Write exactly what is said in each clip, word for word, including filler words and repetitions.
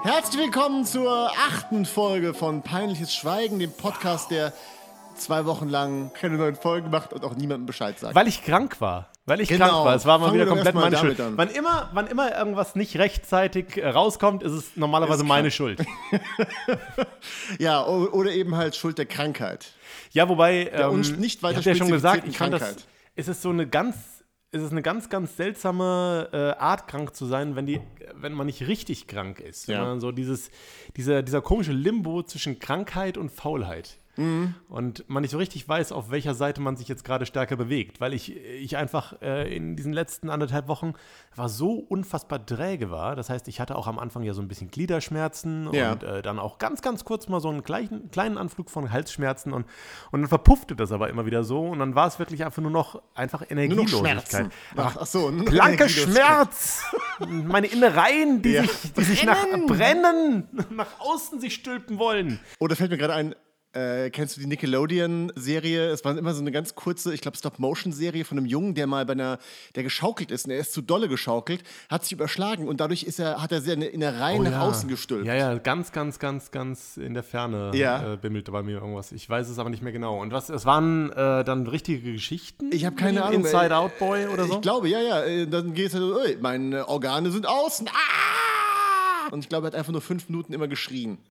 Herzlich willkommen zur achten Folge von Peinliches Schweigen, dem Podcast, der zwei Wochen lang keine neuen Folgen macht und auch niemandem Bescheid sagt. Weil ich krank war. Weil ich Genau. krank war. Es war mal Fangen wieder wir doch komplett erst mal meine damit Schuld. an. Wann immer, wann immer irgendwas nicht rechtzeitig äh, rauskommt, ist es normalerweise Ist meine krank. Schuld. Ja, o- oder eben halt Schuld der Krankheit. Ja, wobei, ähm, uns nicht weiter ich habe ja schon gesagt, spezifizierten ich fand das, Krankheit. es ist so eine ganz, es ist eine ganz, ganz seltsame äh, Art, krank zu sein, wenn die, wenn man nicht richtig krank ist. Wenn Ja. man so dieses, dieser, dieser komische Limbo zwischen Krankheit und Faulheit. Mhm. Und man nicht so richtig weiß, auf welcher Seite man sich jetzt gerade stärker bewegt. Weil ich, ich einfach äh, in diesen letzten anderthalb Wochen war so unfassbar träge war. Das heißt, ich hatte auch am Anfang ja so ein bisschen Gliederschmerzen Ja. und äh, dann auch ganz, ganz kurz mal so einen kleinen, kleinen Anflug von Halsschmerzen. Und, und dann verpuffte das aber immer wieder so. Und dann war es wirklich einfach nur noch einfach Nur noch Energielosigkeit. Schmerzen. Ach, ach so. nur noch Blanker Energielosigkeit. Schmerz! Meine Innereien, die Ja. sich, die sich nach brennen, nach außen sich stülpen wollen. Oh, da fällt mir gerade ein, äh, kennst du die Nickelodeon-Serie? Es war immer so eine ganz kurze, ich glaube, Stop-Motion-Serie von einem Jungen, der mal bei einer, der geschaukelt ist und er ist zu dolle geschaukelt, hat sich überschlagen und dadurch ist er, hat er seine Innereien nach außen gestülpt. Ja, ja, ganz, ganz, ganz, ganz in der Ferne Ja. äh, bimmelte bei mir irgendwas. Ich weiß es aber nicht mehr genau. Und was, es waren äh, dann richtige Geschichten? Ich habe keine Wie Ahnung. Inside Out Boy oder so? Ich glaube, ja, ja. äh, Dann geht es halt so, ey, meine Organe sind außen. Ah! Und ich glaube, er hat einfach nur fünf Minuten immer geschrien.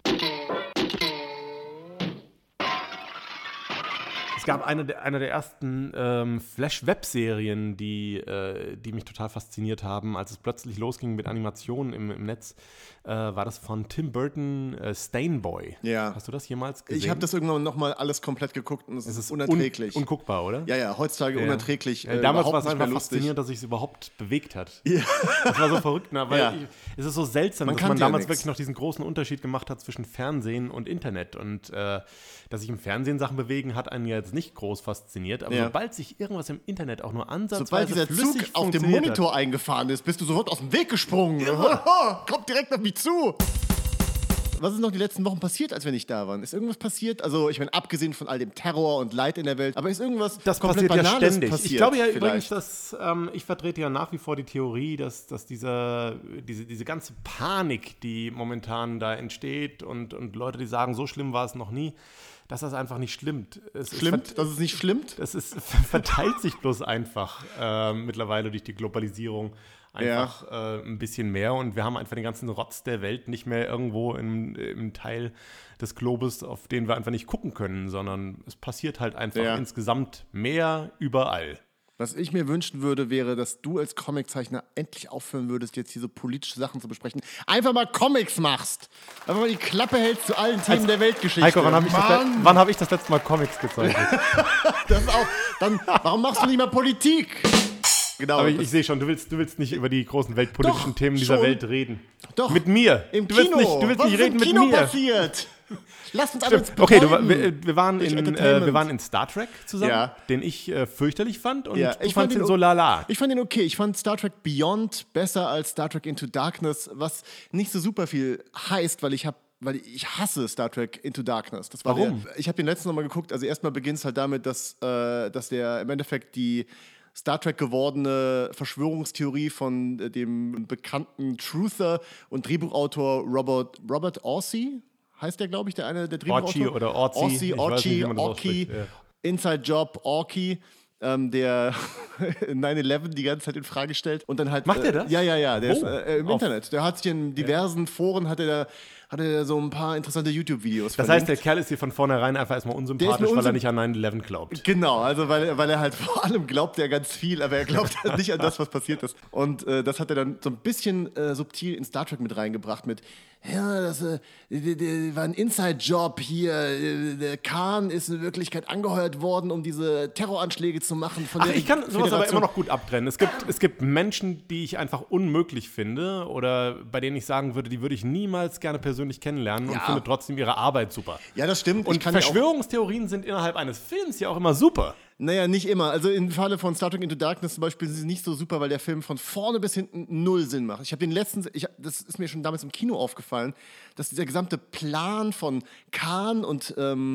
Es gab eine der, eine der ersten ähm, Flash-Web-Serien, die, äh, die mich total fasziniert haben. Als es plötzlich losging mit Animationen im, im Netz, äh, war das von Tim Burton, äh, Stainboy. Ja. Hast du das jemals gesehen? Ich habe das irgendwann nochmal alles komplett geguckt und es, Es ist ist unerträglich. Un unguckbar, oder? ja, ja, heutzutage Ja. unerträglich. Ja, äh, damals war überhaupt es nicht mehr einfach lustig. faszinierend, dass sich es überhaupt bewegt hat. Ja. Das war so verrückt, ne? Weil Ja. ich, es ist so seltsam, Man dass man kannte ja damals nix. wirklich noch diesen großen Unterschied gemacht hat zwischen Fernsehen und Internet. Und äh, dass sich im Fernsehen Sachen bewegen, hat einen ja jetzt nicht groß fasziniert. Aber Ja. sobald sich irgendwas im Internet auch nur ansatzweise Sobald dieser Zug flüssig auf dem funktioniert Monitor eingefahren ist, bist du sofort aus dem Weg gesprungen. Kommt direkt auf mich zu. Was ist noch die letzten Wochen passiert, als wir nicht da waren? Ist irgendwas passiert? Also, ich meine, abgesehen von all dem Terror und Leid in der Welt, aber ist irgendwas Das komplett passiert ja Bananes ständig. passiert? Ich glaube ja vielleicht? übrigens, dass ähm, ich vertrete ja nach wie vor die Theorie, dass, dass dieser, diese, diese ganze Panik, die momentan da entsteht und, und Leute, die sagen, so schlimm war es noch nie, dass das einfach nicht stimmt. Es ist Schlimmt, vert- dass es nicht schlimmt? Es ist, verteilt sich bloß einfach äh, mittlerweile durch die Globalisierung einfach äh, ein bisschen mehr und wir haben einfach den ganzen Rotz der Welt nicht mehr irgendwo im, im Teil des Globus, auf den wir einfach nicht gucken können, sondern es passiert halt einfach Ja. insgesamt mehr überall. Was ich mir wünschen würde, wäre, dass du als Comiczeichner endlich aufhören würdest, jetzt hier so politische Sachen zu besprechen. Einfach mal Comics machst. Einfach mal die Klappe hältst zu allen Themen der Weltgeschichte. Heiko, wann habe ich, das le- Mann, wann hab ich das letzte Mal Comics gezeichnet? das ist auch, dann, warum machst du nicht mal Politik? Genau. Aber ich, das- ich sehe schon, du willst, du willst nicht über die großen weltpolitischen Doch, Themen dieser schon. Welt reden. Doch. Mit mir. Im du Kino. willst nicht, du willst Was nicht ist reden im mit Kino mir. passiert? Lass uns alle Stimmt. Okay, du, war- wir, wir, waren Durch in, äh, Entertainment. wir waren in Star Trek zusammen, Ja. den ich äh, fürchterlich fand und Ja, du ich fand fandst ihn ihn o- so lala. Ich fand ihn okay. Ich fand Star Trek Beyond besser als Star Trek Into Darkness, was nicht so super viel heißt, weil ich habe weil ich hasse Star Trek Into Darkness. Das war Warum? Der, ich habe den letzten nochmal geguckt. Also erstmal beginnt es halt damit, dass, äh, dass der im Endeffekt die Star Trek gewordene Verschwörungstheorie von äh, dem bekannten Truther und Drehbuchautor Robert, Robert Orci, heißt der, glaube ich, der eine der Drehbuchautor? Orci oder Orci, Orci, ich weiß Orci, nicht, wie man das Orci, ausspricht, ja. Inside Job, Orci, ähm, der nine eleven die ganze Zeit in Frage stellt. Und dann halt, Macht äh, er das? Ja, ja, ja, der Wo? ist äh, im Auf- Internet. Der hat sich in diversen Foren, hat er da, hat er so ein paar interessante YouTube-Videos Das heißt, der Kerl ist hier von vornherein einfach erstmal unsympathisch, weil er unsymp- nicht an nine eleven glaubt. Genau, also weil, weil er halt vor allem glaubt er ganz viel, aber er glaubt halt nicht an das, was passiert ist. Und äh, das hat er dann so ein bisschen äh, subtil in Star Trek mit reingebracht mit, ja, das äh, die, die, war ein Inside-Job hier, äh, der Khan ist in Wirklichkeit angeheuert worden, um diese Terroranschläge zu machen. Von Ach, der ich kann sowas aber Föderation. immer noch gut abtrennen. Es gibt, es gibt Menschen, die ich einfach unmöglich finde oder bei denen ich sagen würde, die würde ich niemals gerne persönlich kennenlernen und Ja. finde trotzdem ihre Arbeit super. Ja, das stimmt. Und ich kann ja auch, Verschwörungstheorien sind innerhalb eines Films ja auch immer super. Naja, nicht immer. Also im Falle von Star Trek Into Darkness zum Beispiel sind sie nicht so super, weil der Film von vorne bis hinten null Sinn macht. Ich habe den letzten, ich, das ist mir schon damals im Kino aufgefallen, dass dieser gesamte Plan von Khan und ähm,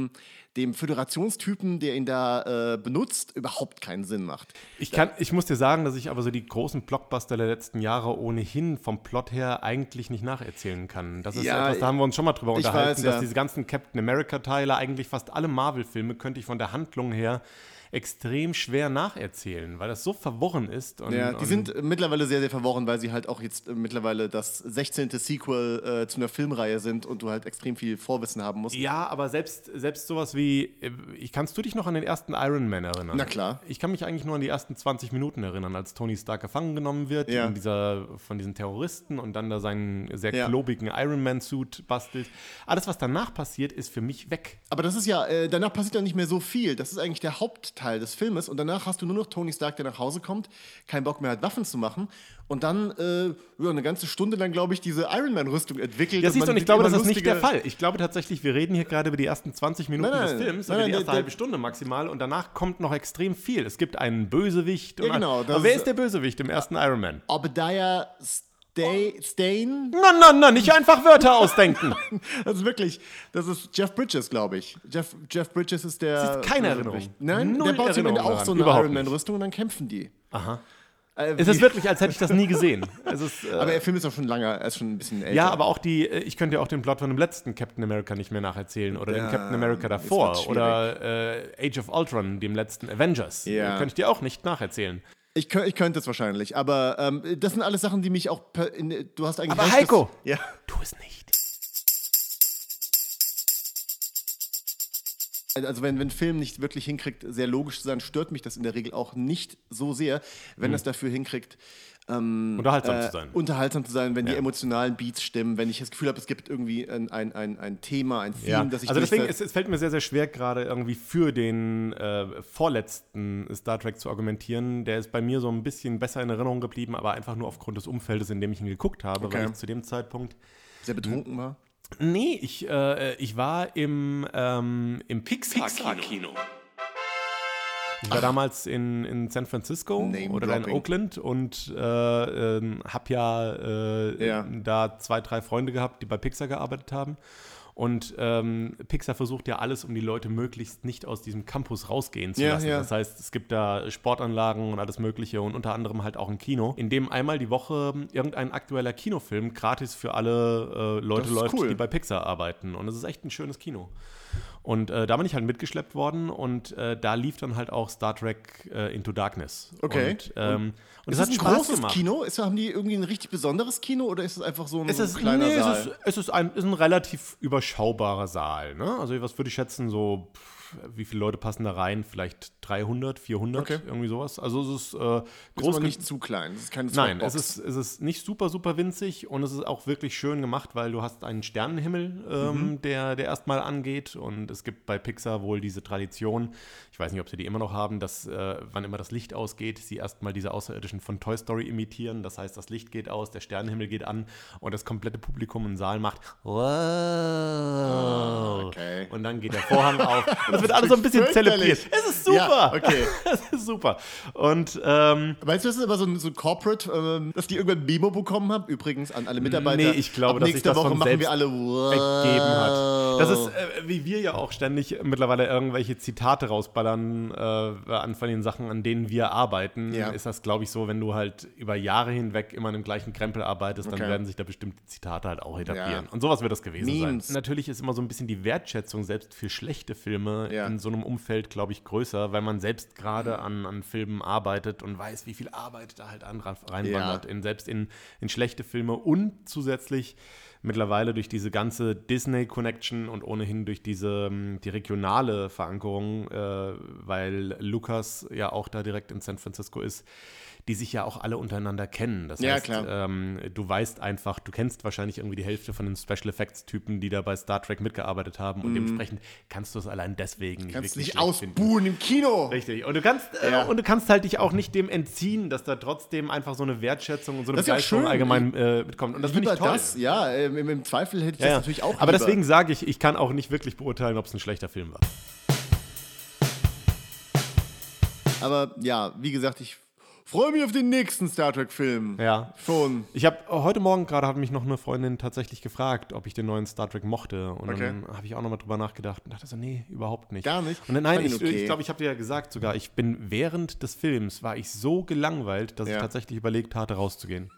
dem Föderationstypen, der ihn da äh, benutzt, überhaupt keinen Sinn macht. Ich, kann, ich muss dir sagen, dass ich aber so die großen Blockbuster der letzten Jahre ohnehin vom Plot her eigentlich nicht nacherzählen kann. Das ist Ja, etwas, da haben wir uns schon mal drüber ich unterhalten, weiß, dass ja. diese ganzen Captain America-Teile, eigentlich fast alle Marvel-Filme, könnte ich von der Handlung her extrem schwer nacherzählen, weil das so verworren ist. Und, Ja, die und sind äh, mittlerweile sehr, sehr verworren, weil sie halt auch jetzt äh, mittlerweile das sechzehnte Sequel äh, zu einer Filmreihe sind und du halt extrem viel Vorwissen haben musst. Ja, aber selbst, selbst sowas wie, äh, ich kannst du dich noch an den ersten Iron Man erinnern? Na klar. Ich kann mich eigentlich nur an die ersten zwanzig Minuten erinnern, als Tony Stark gefangen genommen wird Ja. in dieser, von diesen Terroristen und dann da seinen sehr Ja. klobigen Iron Man-Suit bastelt. Alles, was danach passiert, ist für mich weg. Aber das ist ja, äh, danach passiert ja nicht mehr so viel. Das ist eigentlich der Hauptteil des Filmes. Und danach hast du nur noch Tony Stark, der nach Hause kommt, keinen Bock mehr hat, Waffen zu machen. Und dann äh, ja, eine ganze Stunde lang, glaube ich, diese Iron Man-Rüstung entwickelt. Ja, und siehst du, man und ich sieht glaube, immer das ist nicht lustige- der Fall. Ich glaube tatsächlich, wir reden hier gerade über die ersten zwanzig Minuten Nein, nein, des Films, nein, oder nein, die erste der- halbe Stunde maximal, und danach kommt noch extrem viel. Es gibt einen Bösewicht. Ja, und genau, ein, das aber wer ist- ist der Bösewicht im ersten Iron Man? Obadiah Stay, Stain. Na, na, na, nicht einfach Wörter ausdenken. Das ist wirklich, das ist Jeff Bridges, glaube ich. Jeff, Jeff Bridges ist der... Das ist keine Erinnerung. Nein, Null der baut sich am Ende Erinnerung auch so daran. eine Überhaupt Iron Man-Rüstung und dann kämpfen die. Aha. Äh, Es wie- ist wirklich, als hätte ich das nie gesehen. Es ist, äh, aber der Film ist auch schon lange, er ist schon ein bisschen älter. ja, aber auch die, äh, ich könnte ja auch den Plot von dem letzten Captain America nicht mehr nacherzählen oder Ja, den Captain America das davor wird schwierig. oder äh, Age of Ultron, dem letzten Avengers. Ja. Äh, könnte ich dir auch nicht nacherzählen. Ich, kö- ich könnte es wahrscheinlich, aber ähm, das sind alles Sachen, die mich auch. Per, in, du hast eigentlich. Aber recht, Heiko! dass, ja. Tu es nicht. Also, wenn, wenn ein Film nicht wirklich hinkriegt, sehr logisch zu sein, stört mich das in der Regel auch nicht so sehr, wenn es dafür hinkriegt, ähm, Unterhaltsam äh, zu sein. unterhaltsam zu sein, wenn Ja. die emotionalen Beats stimmen, wenn ich das Gefühl habe, es gibt irgendwie ein, ein, ein, ein Thema, ein Theme, Ja. das ich Also deswegen, durchsetze. es, es fällt mir sehr, sehr schwer, gerade irgendwie für den äh, vorletzten Star Trek zu argumentieren. Der ist bei mir so ein bisschen besser in Erinnerung geblieben, aber einfach nur aufgrund des Umfeldes, in dem ich ihn geguckt habe, Okay. weil ich zu dem Zeitpunkt sehr betrunken war. Nee, ich, äh, ich war im, ähm, im Pixar-Kino. Ich war damals in, in San Francisco Name oder in dropping. Oakland und äh, äh, hab ja, äh, Ja. da zwei, drei Freunde gehabt, die bei Pixar gearbeitet haben. Und ähm, Pixar versucht ja alles, um die Leute möglichst nicht aus diesem Campus rausgehen zu Ja, lassen. ja. Das heißt, es gibt da Sportanlagen und alles Mögliche und unter anderem halt auch ein Kino, in dem einmal die Woche irgendein aktueller Kinofilm gratis für alle äh, Leute Das ist läuft, cool. die bei Pixar arbeiten. Und es ist echt ein schönes Kino. Und äh, da bin ich halt mitgeschleppt worden und äh, da lief dann halt auch Star Trek äh, Into Darkness. Okay. Und, ähm, und Ist es das hat ein Spaß großes gemacht. Kino? Ist, haben die irgendwie ein richtig besonderes Kino oder ist es einfach so ein, Es so ist, ein kleiner nee, Saal? Es ist, es ist, ein, ist ein relativ überschaubarer Saal. Ne? Also was würde ich schätzen, so pff, wie viele Leute passen da rein? Vielleicht dreihundert, vierhundert, Okay. irgendwie sowas. Also es ist äh, Ist groß aber ge- nicht zu klein. Es ist keine Nein, Squadbox. es ist, es ist nicht super, super winzig und es ist auch wirklich schön gemacht, weil du hast einen Sternenhimmel, ähm, Mhm. der, der erstmal angeht und es gibt bei Pixar wohl diese Tradition, ich weiß nicht, ob sie die immer noch haben, dass äh, wann immer das Licht ausgeht, sie erstmal diese Außerirdischen von Toy Story imitieren, das heißt, das Licht geht aus, der Sternenhimmel geht an und das komplette Publikum im Saal macht wow, okay. und dann geht der Vorhang auf und es wird alles so ein bisschen fürchterlich. zelebriert. Es ist super! Ja, okay. Es ist super. Und ähm, Weißt du, das ist aber so ein, so ein Corporate, ähm, dass die irgendwann ein Memo bekommen haben? Übrigens an alle Mitarbeiter. Nee, ich glaube, Ab dass sich nächste das Woche von machen selbst wir alle wow. ergeben hat. Das ist, äh, wie wir ja auch ständig mittlerweile irgendwelche Zitate rausballern äh, an von den Sachen, an denen wir arbeiten, Ja. ist das, glaube ich, so, wenn du halt über Jahre hinweg immer an dem gleichen Krempel arbeitest, dann Okay. werden sich da bestimmte Zitate halt auch etablieren. Ja. Und sowas wird das gewesen Memes. sein. Natürlich ist immer so ein bisschen die Wertschätzung selbst für schlechte Filme Ja. in so einem Umfeld, glaube ich, größer, weil man selbst gerade an, an Filmen arbeitet und weiß, wie viel Arbeit da halt an, reinwandert, Ja. in, selbst in, in schlechte Filme und zusätzlich mittlerweile durch diese ganze Disney-Connection und ohnehin durch diese ähm, die regionale Verankerung, äh, weil Lucas ja auch da direkt in San Francisco ist, die sich ja auch alle untereinander kennen. Das Ja, heißt, klar. Ähm, du weißt einfach, du kennst wahrscheinlich irgendwie die Hälfte von den Special Effects-Typen, die da bei Star Trek mitgearbeitet haben und dementsprechend kannst du es allein deswegen nicht Mhm. Kannst wirklich dich schlecht finden. ausbuhen im Kino. Richtig. Und du kannst Ja. äh, und du kannst halt dich auch nicht dem entziehen, dass da trotzdem einfach so eine Wertschätzung und so eine Das ist ja Begeisterung schön. allgemein äh, mitkommt. Und das finde Lieber ich toll. das, ja, ähm, im, im Zweifel hätte ich Ja, das ja. natürlich auch Aber lieber. deswegen sage ich, ich kann auch nicht wirklich beurteilen, ob es ein schlechter Film war. Aber ja, wie gesagt, ich freue mich auf den nächsten Star Trek-Film. Ja. Schon. Ich habe heute Morgen gerade hat mich noch eine Freundin tatsächlich gefragt, ob ich den neuen Star Trek mochte. Und okay. dann habe ich auch nochmal drüber nachgedacht und dachte so, nee, überhaupt nicht. Gar nicht? Und dann, nein, ich okay. glaube, ich, glaub, ich habe dir ja gesagt sogar, ich bin während des Films, war ich so gelangweilt, dass ja. ich tatsächlich überlegt hatte, rauszugehen.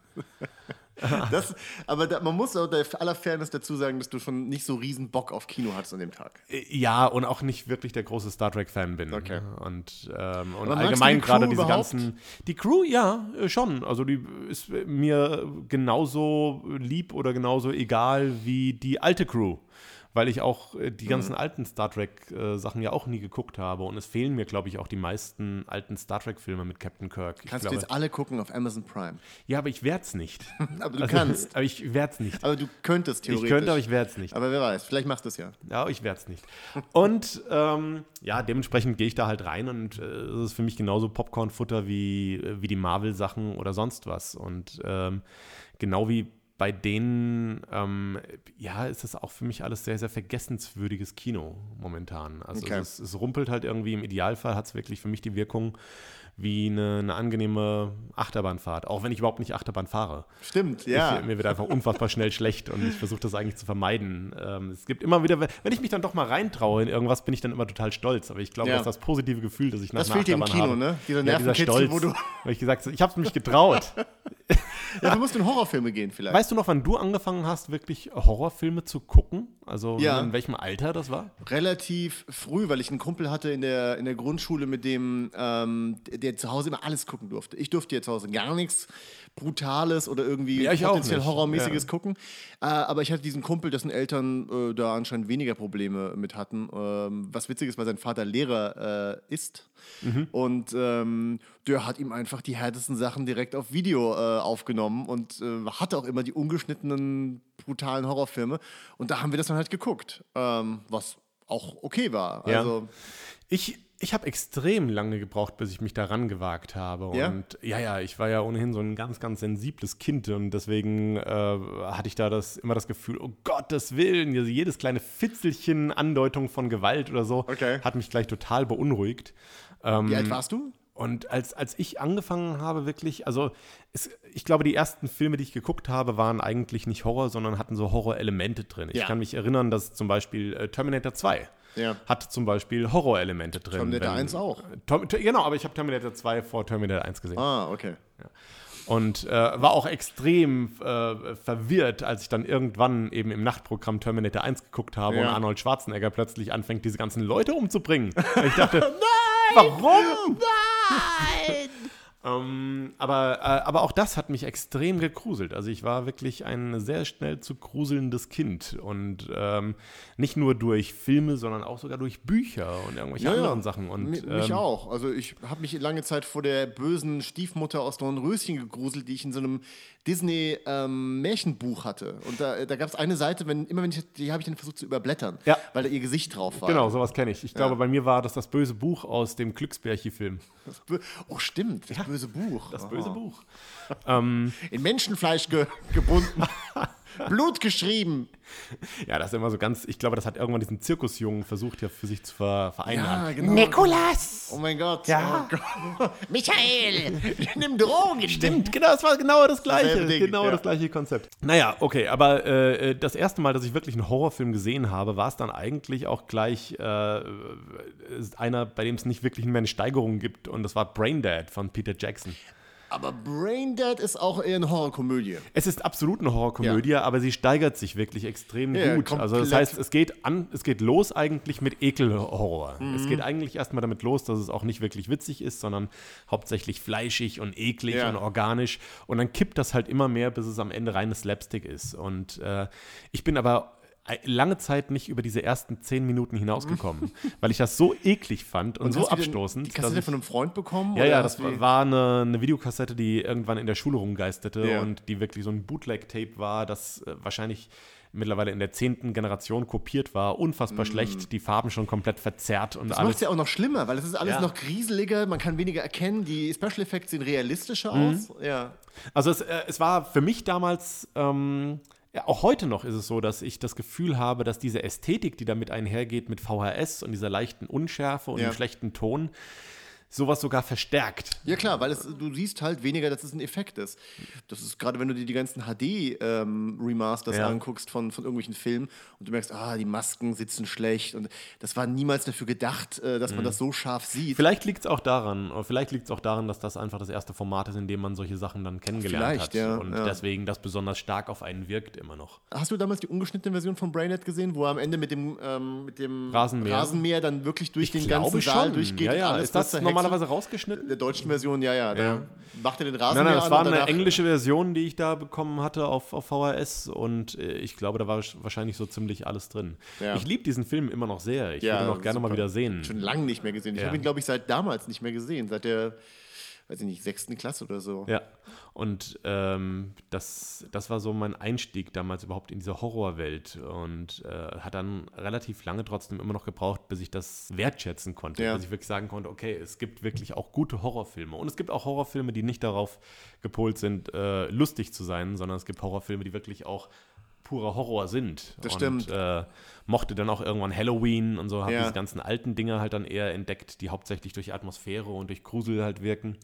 Das, aber da, man muss auch der aller Fairness dazu sagen, dass du schon nicht so riesen Bock auf Kino hattest an dem Tag. Ja, und auch nicht wirklich der große Star Trek-Fan bin. Okay. Und, ähm, und allgemein die gerade diese überhaupt? ganzen... Die Crew, ja, schon. Also die ist mir genauso lieb oder genauso egal wie die alte Crew. Weil ich auch die ganzen mhm. alten Star Trek-Sachen ja auch nie geguckt habe. Und es fehlen mir, glaube ich, auch die meisten alten Star Trek-Filme mit Captain Kirk. Ich kannst glaube, du jetzt alle gucken auf Amazon Prime? Ja, aber ich werde es nicht. Aber du also, kannst. Aber ich werde es nicht. Aber du könntest theoretisch. Ich könnte, aber ich werde es nicht. Aber wer weiß, vielleicht machst du es ja. Ja, ich werde es nicht. Und ähm, ja, dementsprechend gehe ich da halt rein und äh, es ist für mich genauso Popcorn-Futter wie, wie die Marvel-Sachen oder sonst was. Und ähm, genau wie bei denen, ähm, ja, ist das auch für mich alles sehr, sehr vergessenswürdiges Kino momentan. Also okay. es, es rumpelt halt irgendwie, im Idealfall hat es wirklich für mich die Wirkung wie eine, eine angenehme Achterbahnfahrt, auch wenn ich überhaupt nicht Achterbahn fahre. Stimmt, ja. Ich, mir wird einfach unfassbar schnell schlecht und ich versuche das eigentlich zu vermeiden. Ähm, es gibt immer wieder, wenn ich mich dann doch mal reintraue in irgendwas, bin ich dann immer total stolz. Aber ich glaube, ja. das ist das positive Gefühl, dass ich nach das einer Achterbahn Achterbahn habe. Das fehlt dir im Kino, habe. ne? Dieser ja, dieser Nervenkitzel, Stolz, wo du... weil ich gesagt habe, ich habe mich getraut. Ja, du musst in Horrorfilme gehen vielleicht. Weißt du noch, wann du angefangen hast, wirklich Horrorfilme zu gucken? Also ja. in welchem Alter das war? Relativ früh, weil ich einen Kumpel hatte in der, in der Grundschule, mit dem ähm, der zu Hause immer alles gucken durfte. Ich durfte ja zu Hause gar nichts Brutales oder irgendwie ja, potenziell Horrormäßiges ja. gucken. Äh, aber ich hatte diesen Kumpel, dessen Eltern äh, da anscheinend weniger Probleme mit hatten. Ähm, was witzig ist, weil sein Vater Lehrer äh, ist. Mhm. Und ähm, der hat ihm einfach die härtesten Sachen direkt auf Video äh, aufgenommen und äh, hatte auch immer die ungeschnittenen, brutalen Horrorfilme. Und da haben wir das dann halt geguckt, ähm, was auch okay war. Ja. Also ich Ich habe extrem lange gebraucht, bis ich mich daran gewagt habe. Ja? Und ja, ja, ich war ja ohnehin so ein ganz, ganz sensibles Kind und deswegen äh, hatte ich da das, immer das Gefühl, oh Gottes Willen, also jedes kleine Fitzelchen Andeutung von Gewalt oder so okay. hat mich gleich total beunruhigt. Ähm, Wie alt warst du? Und als, als ich angefangen habe, wirklich, also es, ich glaube, die ersten Filme, die ich geguckt habe, waren eigentlich nicht Horror, sondern hatten so Horrorelemente drin. Ich ja. kann mich erinnern, dass zum Beispiel äh, Terminator zwei ja. hat zum Beispiel Horrorelemente drin. Terminator wenn, eins auch. Tom, genau, aber ich habe Terminator zwei vor Terminator eins gesehen. Ah, okay. Ja. Und äh, war auch extrem äh, verwirrt, als ich dann irgendwann eben im Nachtprogramm Terminator eins geguckt habe ja. und Arnold Schwarzenegger plötzlich anfängt, diese ganzen Leute umzubringen. Und ich dachte, nein! Warum? Nein! ähm, aber, äh, aber auch das hat mich extrem gegruselt. Also ich war wirklich ein sehr schnell zu gruselndes Kind. Und ähm, nicht nur durch Filme, sondern auch sogar durch Bücher und irgendwelche ja, anderen ja. Sachen. Und, mich ähm, auch. Also ich habe mich lange Zeit vor der bösen Stiefmutter aus Dornröschen gegruselt, die ich in so einem Disney-Märchenbuch ähm, hatte. Und da, da gab es eine Seite, wenn, immer wenn ich, die habe ich dann versucht zu überblättern, ja. weil da ihr Gesicht drauf war. Genau, sowas kenne ich. Ich glaube, ja. bei mir war das das böse Buch aus dem Glücksbärchi-Film. Oh, stimmt, das ja. böse Buch. Das böse oh. Buch. ähm, In Menschenfleisch ge gebunden. Blut geschrieben. Ja, das ist immer so ganz, ich glaube, das hat irgendwann diesen Zirkusjungen versucht, ja für sich zu ver vereinnahmen. Ja, genau. Nikolas! Oh mein Gott. Ja. Oh Gott. Michael! Nimm Drogen! Stimmt, genau, das war genau das Gleiche. Ding, genau ja. das gleiche Konzept. Naja, okay, aber äh, das erste Mal, dass ich wirklich einen Horrorfilm gesehen habe, war es dann eigentlich auch gleich äh, einer, bei dem es nicht wirklich mehr eine Steigerung gibt, und das war Braindead von Peter Jackson. Aber Braindead ist auch eher eine Horrorkomödie. Es ist absolut eine Horrorkomödie, ja. aber sie steigert sich wirklich extrem ja, gut. komplett. Also das heißt, es geht an, es geht los eigentlich mit Ekelhorror. Mhm. Es geht eigentlich erstmal damit los, dass es auch nicht wirklich witzig ist, sondern hauptsächlich fleischig und eklig ja. und organisch. Und dann kippt das halt immer mehr, bis es am Ende reines Slapstick ist. Und äh, ich bin aber lange Zeit nicht über diese ersten zehn Minuten hinausgekommen, weil ich das so eklig fand und, und so abstoßend. Die Kassette ich, von einem Freund bekommen? Ja, oder ja, das war eine, eine Videokassette, die irgendwann in der Schule rumgeisterte ja. und die wirklich so ein Bootleg-Tape war, das äh, wahrscheinlich mittlerweile in der zehnten Generation kopiert war. Unfassbar mm. schlecht, die Farben schon komplett verzerrt und das alles. Das macht es ja auch noch schlimmer, weil es ist alles ja. noch grieseliger, man kann weniger erkennen, die Special Effects sehen realistischer mhm. aus. Ja. Also es, äh, es war für mich damals... Ähm, Ja, auch heute noch ist es so, dass ich das Gefühl habe, dass diese Ästhetik, die damit einhergeht mit V H S und dieser leichten Unschärfe und ja. dem schlechten Ton, sowas sogar verstärkt. Ja klar, weil es, du siehst halt weniger, dass es ein Effekt ist. Das ist gerade, wenn du dir die ganzen H D-Remasters ähm, Ja. anguckst von, von irgendwelchen Filmen und du merkst, ah, die Masken sitzen schlecht und das war niemals dafür gedacht, äh, dass man Mhm. das so scharf sieht. Vielleicht liegt es auch daran, oder vielleicht liegt es auch daran, dass das einfach das erste Format ist, in dem man solche Sachen dann kennengelernt Vielleicht, hat. ja, und ja. deswegen das besonders stark auf einen wirkt immer noch. Hast du damals die ungeschnittene Version von Braindead gesehen, wo er am Ende mit dem, ähm, mit dem Rasenmäher. Rasenmäher dann wirklich durch den Glaube ganzen Saal schon. durchgeht? Ja, ja. alles Ist das zerhäckselt? normalerweise rausgeschnitten? In der deutschen Version, ja, ja. Da Ja. macht er den Nein, Rasenmäher nein, das an war und eine danach- englische Version, die ich da bekommen hatte auf, auf V H S und äh, ich glaube, da war wahrscheinlich so ziemlich alles drin. Ja. Ich liebe diesen Film immer noch sehr. Ich Ja, würde ihn auch gerne super. mal wieder sehen. Schon lange nicht mehr gesehen. Ich Ja. habe ihn, glaube ich, seit damals nicht mehr gesehen. Seit der, weiß ich nicht, sechsten Klasse oder so. Ja, und ähm, das, das war so mein Einstieg damals überhaupt in diese Horrorwelt und äh, hat dann relativ lange trotzdem immer noch gebraucht, bis ich das wertschätzen konnte, Ja. bis ich wirklich sagen konnte, okay, es gibt wirklich auch gute Horrorfilme und es gibt auch Horrorfilme, die nicht darauf gepolt sind, äh, lustig zu sein, sondern es gibt Horrorfilme, die wirklich auch purer Horror sind. Das und, stimmt. Äh, mochte dann auch irgendwann Halloween und so, habe Ja. diese ganzen alten Dinge halt dann eher entdeckt, die hauptsächlich durch Atmosphäre und durch Grusel halt wirken.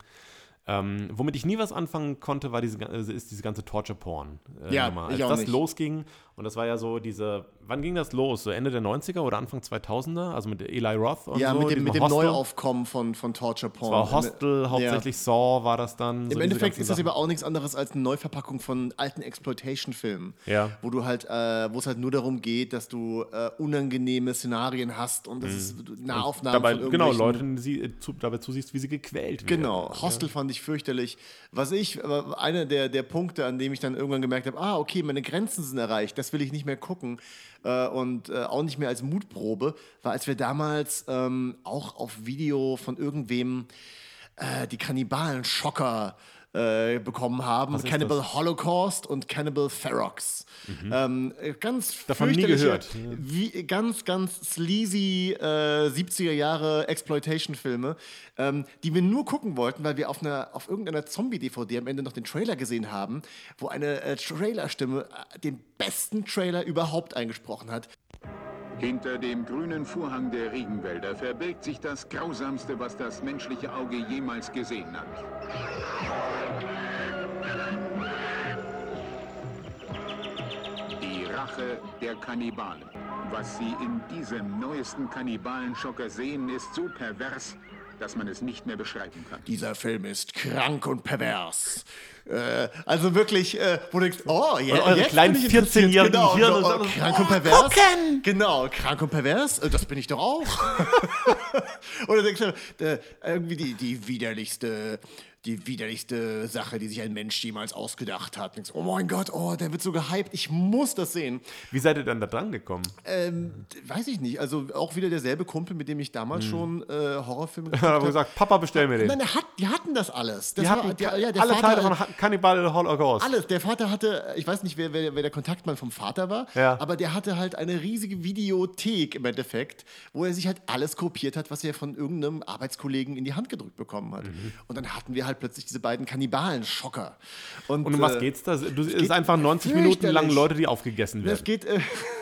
Ähm, womit ich nie was anfangen konnte, war diese, äh, ist diese ganze Torture-Porn. Äh, Ja, Nummer. ich Als auch das nicht. losging, und das war ja so diese, wann ging das los? So Ende der neunziger oder Anfang zweitausender? Also mit Eli Roth und Ja, so. mit dem, diesem mit dem Hostel. Neuaufkommen von, von Torture Porn. Das war Hostel, hauptsächlich Saw war das dann. so Im diese Endeffekt ganzen ist das Sachen. aber auch nichts anderes als eine Neuverpackung von alten Exploitation-Filmen. Ja. Wo du halt, äh, wo es halt nur darum geht, dass du äh, unangenehme Szenarien hast und das ist Nahaufnahmen Dabei, von genau, irgendwelchen- Leute sie, äh, zu, dabei zusiehst, wie sie gequält werden. Genau, Hostel fand ich fürchterlich. Was ich, aber einer der, der Punkte, an dem ich dann irgendwann gemerkt habe, ah, okay, meine Grenzen sind erreicht, das will ich nicht mehr gucken äh, und äh, auch nicht mehr als Mutprobe, war, als wir damals ähm, auch auf Video von irgendwem äh, die Kannibalen-Schocker äh, bekommen haben. Was ist Cannibal das? Holocaust und Cannibal Ferox. Ähm, äh, ganz Davon nie fürchterliche, gehört. Wie, ganz, ganz sleazy äh, siebziger Jahre Exploitation-Filme, ähm, die wir nur gucken wollten, weil wir auf, einer, auf irgendeiner Zombie-D V D am Ende noch den Trailer gesehen haben, wo eine äh, Trailerstimme äh, den besten Trailer überhaupt eingesprochen hat. Hinter dem grünen Vorhang der Regenwälder verbirgt sich das Grausamste, was das menschliche Auge jemals gesehen hat. Die Rache der Kannibalen. Was sie in diesem neuesten Kannibalen-Schocker sehen, ist so pervers, dass man es nicht mehr beschreiben kann. Dieser Film ist krank und pervers. Äh, also wirklich, äh, wo du denkst, oh, ja, Und eure jetzt kleinen bin ich interessiert. vierzehnjährigen genau, Hirne so, oh, sagen, krank und oh, pervers. gucken! Genau, krank und pervers, äh, das bin ich doch auch. Oder denkst du, äh, irgendwie die, die widerlichste, die widerlichste Sache, die sich ein Mensch jemals ausgedacht hat. Denkst, oh mein Gott, oh, der wird so gehypt, ich muss das sehen. Wie seid ihr dann da dran gekommen? Ähm, weiß ich nicht, also auch wieder derselbe Kumpel, mit dem ich damals schon äh, Horrorfilme geguckt Da haben habe. wir gesagt, Papa, bestell mir den. Nein, der hat, die hatten das alles. Das Die war- hatten der- ka- ja, der alle Vater- Teile von Ha- Cannibal Holocaust. Alles. Der Vater hatte, ich weiß nicht, wer, wer, wer der Kontaktmann vom Vater war, Ja. aber der hatte halt eine riesige Videothek im Endeffekt, wo er sich halt alles kopiert hat, was er von irgendeinem Arbeitskollegen in die Hand gedrückt bekommen hat. Mhm. Und dann hatten wir halt plötzlich diese beiden Kannibalen-Schocker. Und, Und um was äh, geht's da? Du, es geht ist einfach neunzig Minuten lang fürchterlich. Leute, die aufgegessen Es werden. geht. Äh,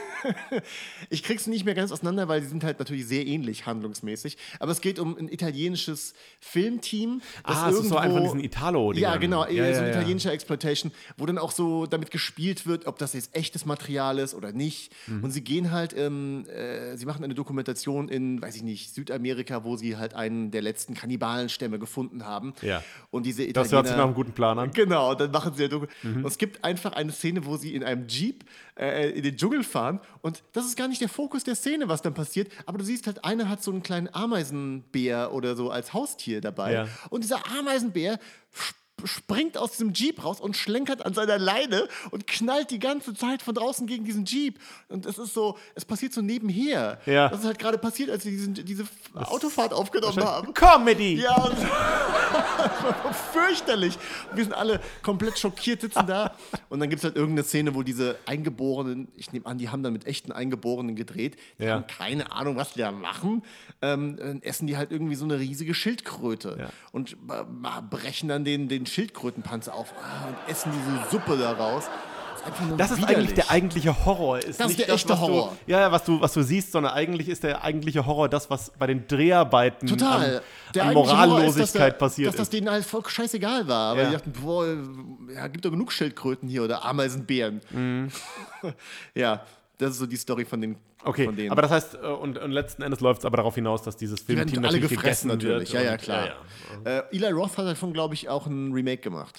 ich krieg's nicht mehr ganz auseinander, weil sie sind halt natürlich sehr ähnlich handlungsmäßig. Aber es geht um ein italienisches Filmteam. Das Ah, es ist so irgendwo, ein von diesen Italo-Dingern. Ja, genau, Ja, so ja, ein ja. italienischer Exploitation, wo dann auch so damit gespielt wird, ob das jetzt echtes Material ist oder nicht. Mhm. Und sie gehen halt, ähm, äh, sie machen eine Dokumentation in, weiß ich nicht, Südamerika, wo sie halt einen der letzten Kannibalenstämme gefunden haben. Ja. Und diese Das Italiener, hört sich nach einem guten Plan an. Genau, dann machen sie ja Doku. Und es gibt einfach eine Szene, wo sie in einem Jeep äh, in den Dschungel fahren und das ist gar nicht der Fokus der Szene, was dann passiert, aber du siehst halt, einer hat so einen kleinen Ameisenbär oder so als Haustier dabei Ja. und dieser Ameisenbär sp- springt aus diesem Jeep raus und schlenkert an seiner Leine und knallt die ganze Zeit von draußen gegen diesen Jeep. Und es ist so, es passiert so nebenher. Ja. Das ist halt gerade passiert, als wir diesen, diese Autofahrt aufgenommen haben. Comedy! Ja, und das war fürchterlich. Wir sind alle komplett schockiert, sitzen da. Und dann gibt es halt irgendeine Szene, wo diese Eingeborenen, ich nehme an, die haben dann mit echten Eingeborenen gedreht. Die Ja. haben keine Ahnung, was die da machen. Ähm, dann essen die halt irgendwie so eine riesige Schildkröte. Ja. Und äh, brechen dann den, den Schildkrötenpanzer auf ah, und essen diese Suppe daraus. einfach nur Das ist widerlich. eigentlich der eigentliche Horror. Ist Das ist nicht der echte was Horror. Du, ja, ja, was du, was du siehst, sondern eigentlich ist der eigentliche Horror das, was bei den Dreharbeiten Total. an, Der an eigentliche Horror Morallosigkeit ist, dass der, passiert dass das ist. denen halt voll scheißegal war. Aber Ja. die dachten, boah, ja, gibt doch genug Schildkröten hier oder Ameisenbären. Mhm. Ja, das ist so die Story von den Okay, von denen. aber das heißt, äh, und, und letzten Endes läuft es aber darauf hinaus, dass dieses Die werden Filmteam alle natürlich gefressen gegessen natürlich. wird. Ja, ja, und- klar. Ja, ja. Äh, Eli Roth hat davon, glaube ich, auch ein Remake gemacht.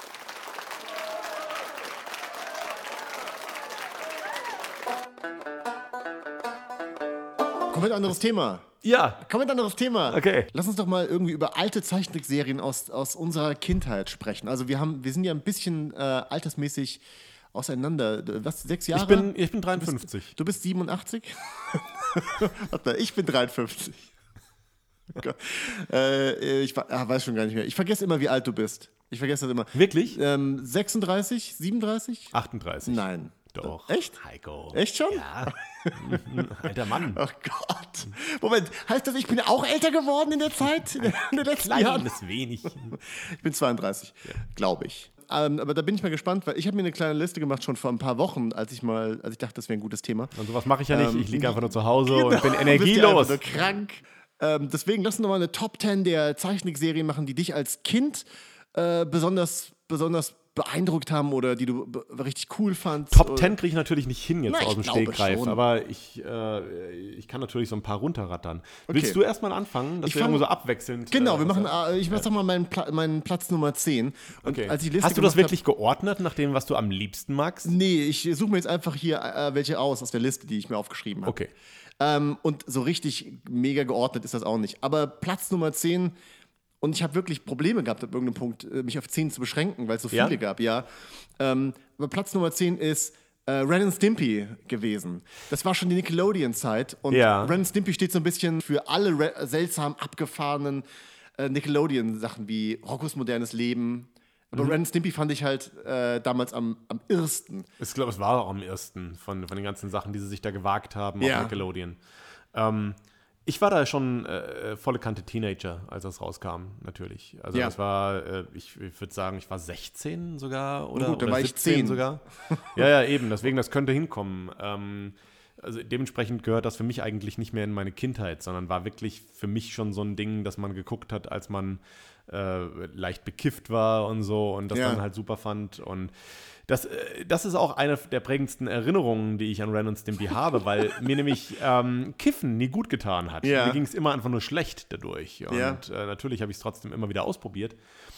Komplett anderes Thema. Ja, Komplett anderes Thema. Okay. Lass uns doch mal irgendwie über alte Zeichentrickserien aus, aus unserer Kindheit sprechen. Also wir haben, wir sind ja ein bisschen äh, altersmäßig auseinander. Was, sechs Jahre? ich bin, ich bin dreiundfünfzig. Du bist siebenundachtzig? Warte, ich bin dreiundfünfzig. Oh Gott. äh, ich ah, weiß schon gar nicht mehr. Ich vergesse immer, wie alt du bist. Ich vergesse das immer. Wirklich? Ähm, sechsunddreißig? siebenunddreißig? achtunddreißig. Nein. Doch. Echt? Heiko. Echt schon? Ja. Alter Mann. Oh Gott. Moment, heißt das, ich bin auch älter geworden in der Zeit? In den letzten Jahren? Kleines wenig. Ich bin zweiunddreißig, glaube ich. Ähm, aber da bin ich mal gespannt, weil ich habe mir eine kleine Liste gemacht schon vor ein paar Wochen, als ich mal, als ich dachte, das wäre ein gutes Thema. Und sowas mache ich ja nicht. Ähm, Ich liege einfach nur zu Hause Genau, und bin bist energielos. ja einfach nur krank. Ähm, deswegen lass uns noch mal eine Top zehn der Zeichentrickserien machen, die dich als Kind äh, besonders, besonders beeindruckt haben oder die du be- richtig cool fandst. Top zehn kriege ich natürlich nicht hin jetzt Na, ich aus dem glaube Stegreif, schon. aber ich, äh, ich kann natürlich so ein paar runterrattern. Willst Okay. du erstmal anfangen, dass Ich wir fang- irgendwo so abwechselnd... Genau, äh, wir machen, was- äh, ich mach sag mal meinen, Pla- meinen Platz Nummer zehn. Und Okay. als ich die Liste Hast du das gemacht wirklich geordnet, nach dem, was du am liebsten magst? Hab, nee, ich suche mir jetzt einfach hier äh, welche aus aus der Liste, die ich mir aufgeschrieben habe. Okay. Ähm, und so richtig mega geordnet ist das auch nicht. Aber Platz Nummer zehn, und ich habe wirklich Probleme gehabt, ab irgendeinem Punkt äh, mich auf zehn zu beschränken, weil es so viele Ja? gab, ja. Ähm, aber Platz Nummer zehn ist äh, Ren and Stimpy gewesen. Das war schon die Nickelodeon-Zeit. Und Ja. Ren and Stimpy steht so ein bisschen für alle re- seltsam abgefahrenen äh, Nickelodeon-Sachen wie Roccos modernes Leben. Aber Mhm. Ren and Stimpy fand ich halt äh, damals am, am irrsten. Ich glaube, es war auch am ersten von, von den ganzen Sachen, die sie sich da gewagt haben Ja. auf Nickelodeon. Ähm, ich war da schon äh, volle Kante Teenager, als das rauskam, natürlich. Also Ja. das war, äh, ich, ich würde sagen, ich war sechzehn sogar oder, gut, dann oder war ich siebzehn zehn. sogar. Ja, ja, eben, deswegen, das könnte hinkommen. Ähm, also dementsprechend gehört das für mich eigentlich nicht mehr in meine Kindheit, sondern war wirklich für mich schon so ein Ding, das man geguckt hat, als man äh, leicht bekifft war und so und das Ja. dann halt super fand. Und das, äh, das ist auch eine der prägendsten Erinnerungen, die ich an Ren und Stimpy habe, weil mir nämlich ähm, Kiffen nie gut getan hat. Ja. Mir ging es immer einfach nur schlecht dadurch. Und Ja. äh, natürlich habe ich es trotzdem immer wieder ausprobiert.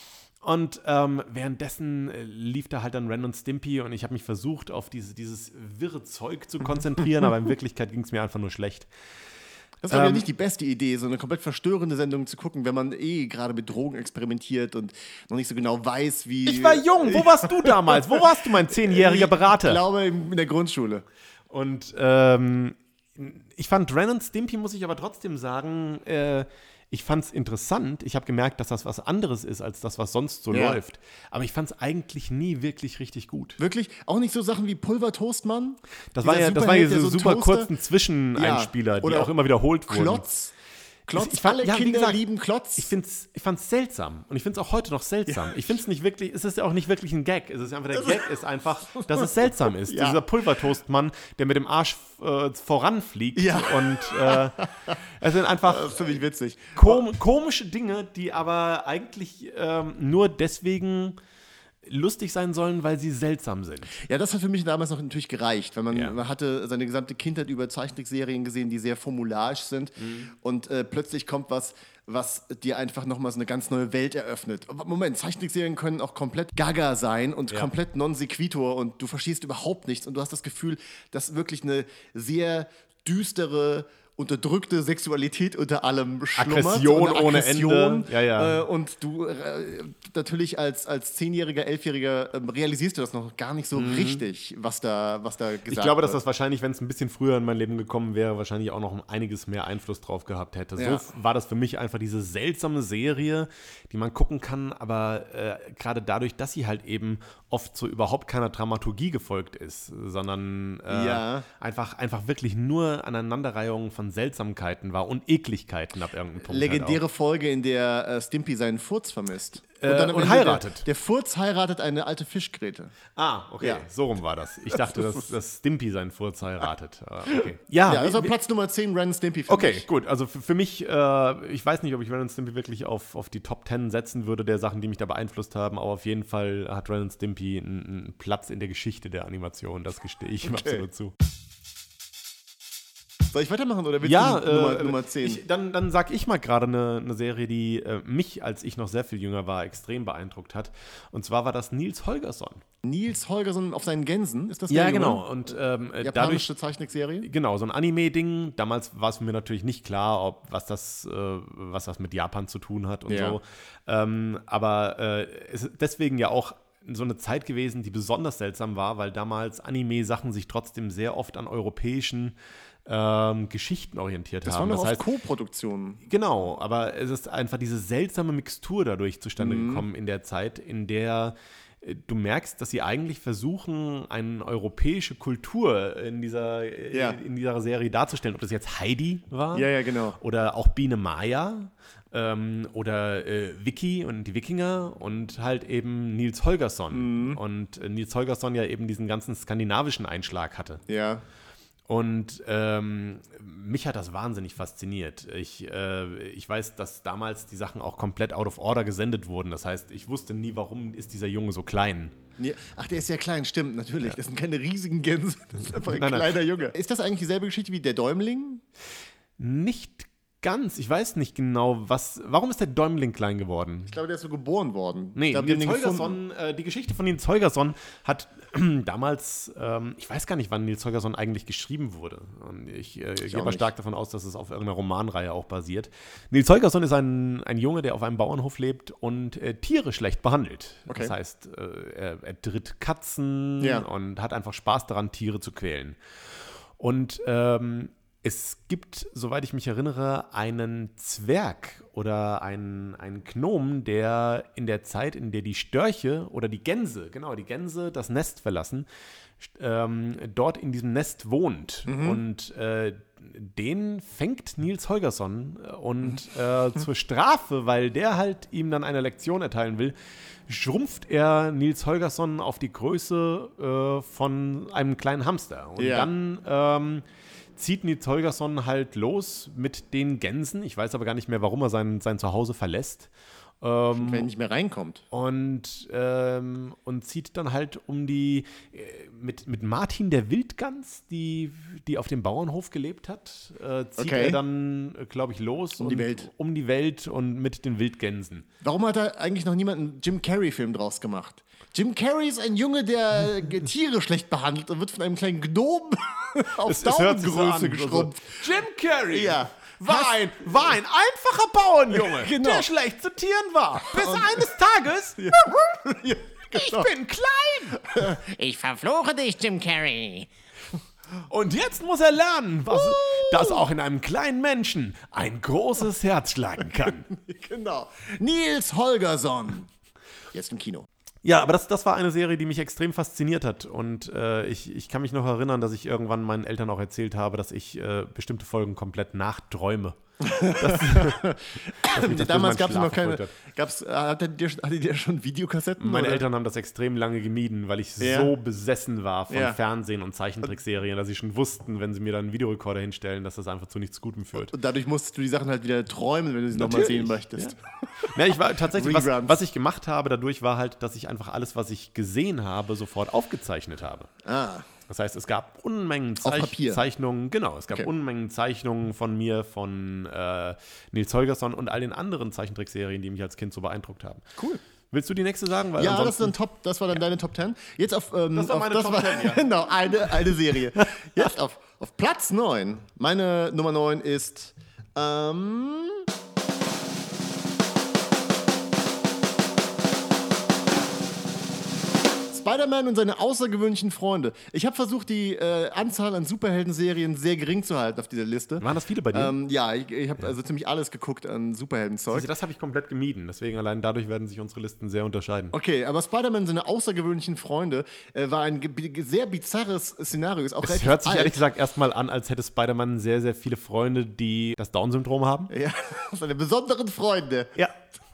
Und ähm, währenddessen äh, lief da halt dann Ren und Stimpy und ich habe mich versucht, auf diese, dieses wirre Zeug zu konzentrieren, aber in Wirklichkeit ging es mir einfach nur schlecht. Das war ja Ähm, nicht die beste Idee, so eine komplett verstörende Sendung zu gucken, wenn man eh gerade mit Drogen experimentiert und noch nicht so genau weiß, wie. Ich war jung, wo warst du damals? Wo warst du, mein zehnjähriger Berater? Ich glaube, in der Grundschule. Und ähm, ich fand Ren und Stimpy, muss ich aber trotzdem sagen, äh, ich fand es interessant. Ich habe gemerkt, dass das was anderes ist, als das, was sonst so Ja. läuft. Aber ich fand es eigentlich nie wirklich richtig gut. Wirklich? Auch nicht so Sachen wie Pulvertoastmann? Das war Dieser ja, das war ja Superheld, der so so super Toaster- kurzen Zwischeneinspieler, Ja, die oder auch immer wiederholt wurden. Klotz? Klotz, Ich fand- alle ja, wie Kinder gesagt, lieben Klotz. Ich find's, ich fand's seltsam und ich finde es auch heute noch seltsam. Ich finde es nicht wirklich, es ist ja auch nicht wirklich ein Gag. Es ist einfach, der Gag ist einfach, dass es seltsam ist. Ja. Dieser Pulvertoastmann, der mit dem Arsch äh, voranfliegt Ja. und äh, es sind einfach das finde ich witzig. kom komische Dinge, die aber eigentlich ähm, nur deswegen lustig sein sollen, weil sie seltsam sind. Ja, das hat für mich damals noch natürlich gereicht, weil man, Ja. man hatte seine gesamte Kindheit über Zeichentrickserien gesehen, die sehr formularisch sind Mhm. und äh, plötzlich kommt was, was dir einfach nochmal so eine ganz neue Welt eröffnet. Aber Moment, Zeichentrickserien können auch komplett gaga sein und Ja. komplett non sequitur und du verstehst überhaupt nichts und du hast das Gefühl, dass wirklich eine sehr düstere, unterdrückte Sexualität unter allem schlummert. Aggression und eine ohne Aggression, Ende. Ja, ja. Äh, und du äh, natürlich als, als Zehnjähriger, Elfjähriger ähm, realisierst du das noch gar nicht so richtig, was da, was da gesagt wird. Ich glaube, dass das wahrscheinlich, wenn es ein bisschen früher in mein Leben gekommen wäre, wahrscheinlich auch noch um einiges mehr Einfluss drauf gehabt hätte. So Ja. f- war das für mich einfach diese seltsame Serie, die man gucken kann, aber äh, gerade dadurch, dass sie halt eben oft so überhaupt keiner Dramaturgie gefolgt ist, sondern äh, Ja. einfach, einfach wirklich nur Aneinanderreihungen von an Seltsamkeiten war und Ekligkeiten ab irgendeinem Punkt. Legendäre halt Folge, in der äh, Stimpy seinen Furz vermisst. Äh, am und Ende heiratet. Der, der Furz heiratet eine alte Fischgräte. Ah, okay, Ja. so rum war das. Ich dachte, dass, dass Stimpy seinen Furz heiratet. Ah, okay. Ja, Ja, das war wie- Platz Nummer zehn, Ren und Stimpy für Okay, mich. gut. Also für, für mich, äh, ich weiß nicht, ob ich Ren und Stimpy wirklich auf, auf die Top Ten setzen würde, der Sachen, die mich da beeinflusst haben, aber auf jeden Fall hat Ren und Stimpy einen, einen Platz in der Geschichte der Animation, das gestehe ich ihm absolut zu. Soll ich weitermachen oder willst Ja, du Nummer, äh, Nummer zehn? Ich, dann, dann sag ich mal gerade eine, eine Serie, die äh, mich, als ich noch sehr viel jünger war, extrem beeindruckt hat. Und zwar war das Nils Holgersson. Nils Holgersson auf seinen Gänsen, ist das der Ja, Junge? genau. Und ähm, äh, dadurch, Japanische Zeichentrickserie? genau, so ein Anime-Ding. Damals war es mir natürlich nicht klar, ob, was, das, äh, was das mit Japan zu tun hat und Ja. so. Ähm, aber äh, es ist deswegen ja auch so eine Zeit gewesen, die besonders seltsam war, weil damals Anime-Sachen sich trotzdem sehr oft an europäischen ähm, Geschichten orientiert Das haben. waren doch Das oft heißt, Co-Produktionen. genau, aber es ist einfach diese seltsame Mixtur dadurch zustande Mhm. gekommen in der Zeit, in der äh, du merkst, dass sie eigentlich versuchen, eine europäische Kultur in dieser, äh, Ja. in dieser Serie darzustellen. Ob das jetzt Heidi war Ja, ja, genau. oder auch Biene Maya ähm, oder äh, Vicky und die Wikinger und halt eben Nils Holgersson. Mhm. Und äh, Nils Holgersson ja eben diesen ganzen skandinavischen Einschlag hatte. Ja. Und ähm, mich hat das wahnsinnig fasziniert. Ich, äh, ich weiß, dass damals die Sachen auch komplett out of order gesendet wurden. Das heißt, ich wusste nie, warum ist dieser Junge so klein. Nee, ach, der ist ja klein, stimmt, natürlich. Das sind keine riesigen Gänse. Das ist einfach ein Nein, nein. kleiner Junge. Ist das eigentlich dieselbe Geschichte wie der Däumling? Nicht ganz. Ich weiß nicht genau, was. Warum ist der Däumling klein geworden? Ich glaube, der ist so geboren worden. Nee, ich glaube, die haben Nils den gefunden. Holgersson, äh, die Geschichte von Nils Holgersson hat damals, ähm, ich weiß gar nicht, wann Nils Holgersson eigentlich geschrieben wurde. Und ich äh, gehe auch aber nicht. stark davon aus, dass es auf irgendeiner Romanreihe auch basiert. Nils Holgersson ist ein, ein Junge, der auf einem Bauernhof lebt und äh, Tiere schlecht behandelt. Okay. Das heißt, äh, er, er tritt Katzen Ja. und hat einfach Spaß daran, Tiere zu quälen. Und ähm, es gibt, soweit ich mich erinnere, einen Zwerg oder einen, einen Gnom, der in der Zeit, in der die Störche oder die Gänse, genau, die Gänse das Nest verlassen, st- ähm, dort in diesem Nest wohnt. Und äh, den fängt Nils Holgersson und äh, zur Strafe, weil der halt ihm dann eine Lektion erteilen will, schrumpft er Nils Holgersson auf die Größe äh, von einem kleinen Hamster. Und Ja. dann ähm, zieht Nils Holgersson halt los mit den Gänsen. Ich weiß aber gar nicht mehr, warum er sein, sein Zuhause verlässt. Ähm, Wenn er nicht mehr reinkommt. und, ähm, und zieht dann halt um die, äh, mit, mit Martin der Wildgans, die, die auf dem Bauernhof gelebt hat, äh, zieht Okay. er dann, glaube ich, los. Um die und, Welt. Um die Welt und mit den Wildgänsen. Warum hat da eigentlich noch niemand einen Jim Carrey-Film draus gemacht? Jim Carrey ist ein Junge, der äh, Tiere schlecht behandelt und wird von einem kleinen Gnom auf Daumengröße geschrumpft. Jim Carrey Ja. war, ein, war ein einfacher Bauernjunge, Genau. der schlecht zu Tieren war. Bis eines Tages, Ja, ich genau. bin klein. Ich verfluche dich, Jim Carrey. Und jetzt muss er lernen, was, dass auch in einem kleinen Menschen ein großes Herz schlagen kann. Genau. Nils Holgersson. Jetzt im Kino. Ja, aber das, das war eine Serie, die mich extrem fasziniert hat. Und äh, ich, ich kann mich noch erinnern, dass ich irgendwann meinen Eltern auch erzählt habe, dass ich äh, bestimmte Folgen komplett nachträume. Das, dass mich das Damals durch gab es meinen noch Schlaf keine. verfolgt Gab's, äh, hattet, ihr, hattet ihr schon Videokassetten? hat. Meine oder? Eltern haben das extrem lange gemieden, weil ich Ja. so besessen war von Ja. Fernsehen und Zeichentrickserien, dass sie schon wussten, wenn sie mir dann einen Videorekorder hinstellen, dass das einfach zu nichts Gutem führt. Und dadurch musstest du die Sachen halt wieder träumen, wenn du sie nochmal Natürlich, sehen möchtest. Ja, ich war tatsächlich, was, Reruns. was ich gemacht habe dadurch war halt, dass ich einfach alles, was ich gesehen habe, sofort aufgezeichnet habe. Ah. Das heißt, es gab Unmengen Auf Zeich Papier. Zeichnungen, genau, es gab Okay. Unmengen Zeichnungen von mir, von äh, Nils Holgersson und all den anderen Zeichentrickserien, die mich als Kind so beeindruckt haben. Cool. Willst du die nächste sagen? Weil Ja, das, ist ansonsten- dann top, das war dann deine Top Ten. Jetzt auf. Ähm, Das war auf, meine Top war, Ten, ja. Genau, eine, eine Serie. Jetzt auf, auf Platz neun. Meine Nummer neun ist. Ähm, Spider-Man und seine außergewöhnlichen Freunde. Ich habe versucht, die äh, Anzahl an Superhelden-Serien sehr gering zu halten auf dieser Liste. Waren das viele bei dir? Ähm, ja, ich, ich habe ja. also ziemlich alles geguckt an Superhelden-Zeug. Also das habe ich komplett gemieden. Deswegen allein dadurch werden sich unsere Listen sehr unterscheiden. Okay, aber Spider-Man und seine außergewöhnlichen Freunde äh, war ein ge- sehr bizarres Szenario. Ist auch Es relativ hört sich alt. ehrlich gesagt erstmal an, als hätte Spider-Man sehr, sehr viele Freunde, die das Down-Syndrom haben. Ja, seine besonderen Freunde. Ja.